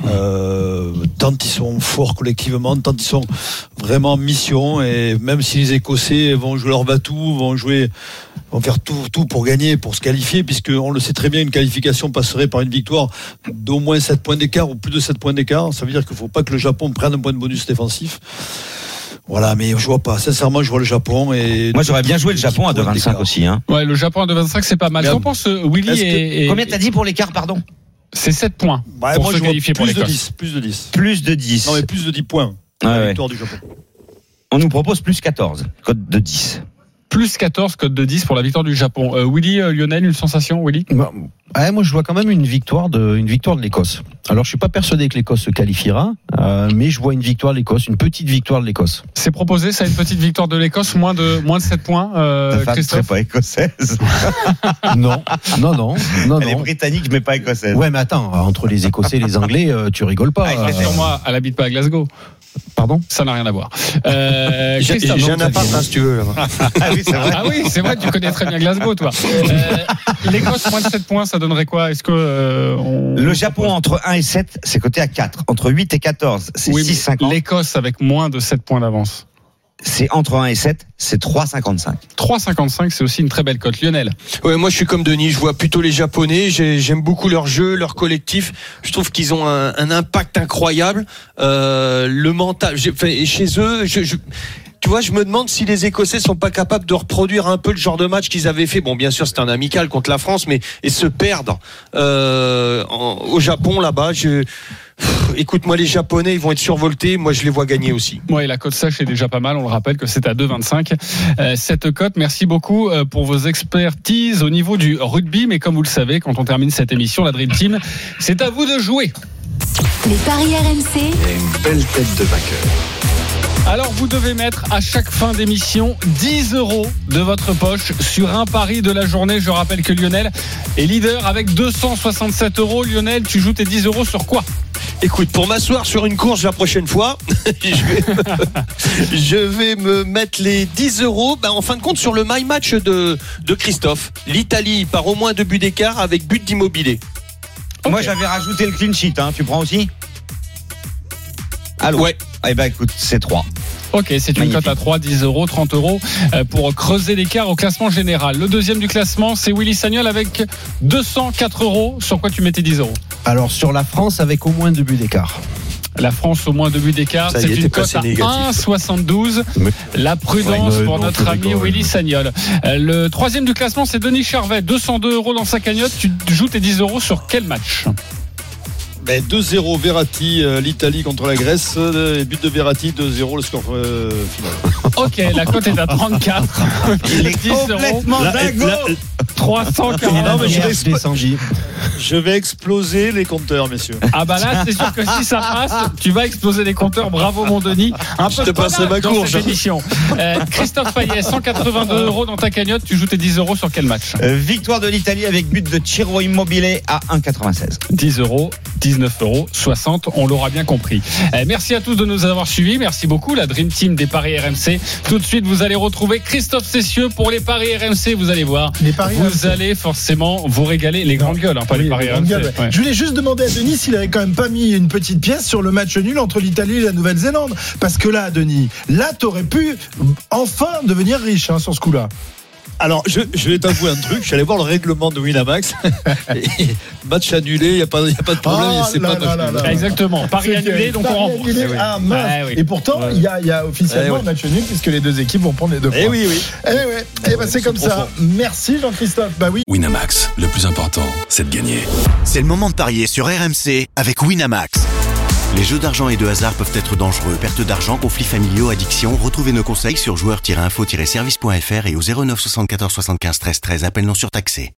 Euh, tant ils sont forts collectivement, tant ils sont vraiment en mission, et même si les Écossais vont jouer leur batou, vont jouer, vont faire tout, tout pour gagner, pour se qualifier, puisque on le sait très bien, une qualification passerait par une victoire d'au moins sept points d'écart ou plus de sept points d'écart. Ça veut dire qu'il ne faut pas que le Japon prenne un point de bonus défensif. Voilà, mais je vois pas. Sincèrement, je vois le Japon. Et moi, j'aurais bien joué le Japon à deux vingt-cinq aussi. Hein. Ouais, le Japon à deux vingt-cinq, c'est pas mal. J'en pense, Willy. Et, et... Combien t'as dit pour l'écart, pardon? C'est sept points. Bah, pour moi, se je qualifier pour plus l'Écosse. de dix. Plus de dix. Plus de dix. Non, mais plus de dix points. Ah, la ouais. victoire du Japon. On nous propose plus quatorze. Code de dix. Plus quatorze, code de dix pour la victoire du Japon. Euh, Willy, euh, Lionel, une sensation, Willy? bah, ouais, moi, je vois quand même une victoire de, une victoire de l'Écosse. Alors, je suis pas persuadé que l'Écosse se qualifiera, euh, mais je vois une victoire de l'Écosse, une petite victoire de l'Écosse. C'est proposé, ça, une petite victoire de l'Écosse, moins de, moins de sept points, euh, Ta femme Christophe? serait pas écossaise. Non, non, non, non, Elle non. est britannique, mais pas écossaise. Ouais, mais attends, entre les Écossais et les Anglais, euh, tu rigoles pas. Ah, euh... sur moi, elle habite pas à Glasgow. Pardon? Ça n'a rien à voir. Euh, j'ai, j'ai un appart, hein, si tu veux. Là-bas. Ah oui, c'est vrai. Ah oui, c'est vrai, tu connais très bien Glasgow, toi. Euh, L'Écosse, moins de sept points, ça donnerait quoi? Est-ce que euh, on... Le Japon, entre un et sept, c'est coté à quatre. Entre huit et quatorze, c'est oui, six virgule cinquante. L'Écosse, avec moins de sept points d'avance. c'est entre un et sept, c'est trois cinquante-cinq. trois cinquante-cinq, c'est aussi une très belle cote. Lionel. Ouais, moi je suis comme Denis, je vois plutôt les Japonais. J'ai, j'aime beaucoup leur jeu, leur collectif. Je trouve qu'ils ont un, un impact incroyable. Euh, le mental, j'ai, enfin, chez eux, je, je tu vois, je me demande si les Écossais sont pas capables de reproduire un peu le genre de match qu'ils avaient fait. Bon, bien sûr, c'était un amical contre la France, mais et se perdre euh, en, au Japon là-bas. Je, écoute-moi, les Japonais, ils vont être survoltés. Moi, je les vois gagner aussi. Ouais, la cote sèche est déjà pas mal. On le rappelle que c'est à deux vingt-cinq. Euh, cette cote, merci beaucoup euh, pour vos expertises au niveau du rugby. Mais comme vous le savez, quand on termine cette émission, la Dream Team, c'est à vous de jouer. Les paris R M C. Et une belle tête de vainqueur. Alors vous devez mettre à chaque fin d'émission dix euros de votre poche sur un pari de la journée. Je rappelle que Lionel est leader avec deux cent soixante-sept euros. Lionel, tu joues tes dix euros sur quoi ? Écoute, pour m'asseoir sur une course la prochaine fois, je, vais me, je vais me mettre les dix euros, ben, en fin de compte, sur le my match de, de Christophe. L'Italie par au moins deux buts d'écart avec but d'immobilier. Okay. Moi, j'avais rajouté le clean sheet. Hein. Tu prends aussi ? Allô ? Ouais. Eh ben, écoute, c'est trois. Ok, c'est une cote à trois, dix euros, trente euros pour creuser l'écart au classement général. Le deuxième du classement, c'est Willy Sagnol avec deux cent quatre euros. Sur quoi tu mettais dix euros ? Alors, sur la France avec au moins deux buts d'écart. La France au moins deux buts d'écart, ça c'est une cote à un virgule soixante-douze. La prudence ouais, pour non, notre ami Willy Sagnol. Le troisième du classement, c'est Denis Charvet, deux cent deux euros dans sa cagnotte. Tu joues tes dix euros sur quel match ? Ben deux zéro Verratti, euh, l'Italie contre la Grèce, euh, but de Verratti, deux zéro le score euh, final. Ok, la cote est à trente-quatre. Il est complètement dingo. trois cent quarante. Non, mais je, vais expl- je vais exploser les compteurs, messieurs. Ah bah là, c'est sûr que si ça passe, tu vas exploser les compteurs. Bravo mon Denis. Un peu je te passerai ma dans courge. Cette émission. Euh, Christophe Payet, cent quatre-vingt-deux euros dans ta cagnotte. Tu joues tes dix euros sur quel match ? euh, Victoire de l'Italie avec but de Ciro Immobile à un virgule quatre-vingt-seize. dix euros. dix-neuf euros soixante, on l'aura bien compris. Euh, merci à tous de nous avoir suivis. Merci beaucoup, la Dream Team des paris R M C. Tout de suite, vous allez retrouver Christophe Cessieux pour les paris R M C. Vous allez voir, les paris vous R M C. Allez forcément vous régaler. Les grandes gueules, hein, pas oui, les paris R M C. Gueules, ouais. Ouais. Je voulais juste demander à Denis s'il avait quand même pas mis une petite pièce sur le match nul entre l'Italie et la Nouvelle-Zélande. Parce que là, Denis, là, t'aurais pu enfin devenir riche hein, sur ce coup-là. Alors, je, je vais t'avouer un truc. Je suis allé voir le règlement de Winamax. Match annulé, il n'y a, a pas de problème. Oh c'est là pas là là là. Exactement. Pari annulé, donc on rembourse. Eh oui. Ah mince. Ah, oui. Et pourtant, il ouais. y, a, y a officiellement eh oui. un match nul puisque les deux équipes vont prendre les deux points. Eh oui, oui. Eh ouais. Eh ben, c'est comme profond. Ça. Merci Jean-Christophe. Bah oui. Winamax, le plus important, c'est de gagner. C'est le moment de parier sur R M C avec Winamax. Les jeux d'argent et de hasard peuvent être dangereux. Perte d'argent, conflits familiaux, addiction. Retrouvez nos conseils sur joueurs tiret info tiret service point f r et au zéro neuf soixante-quatorze soixante-quinze treize treize. Appel non surtaxé.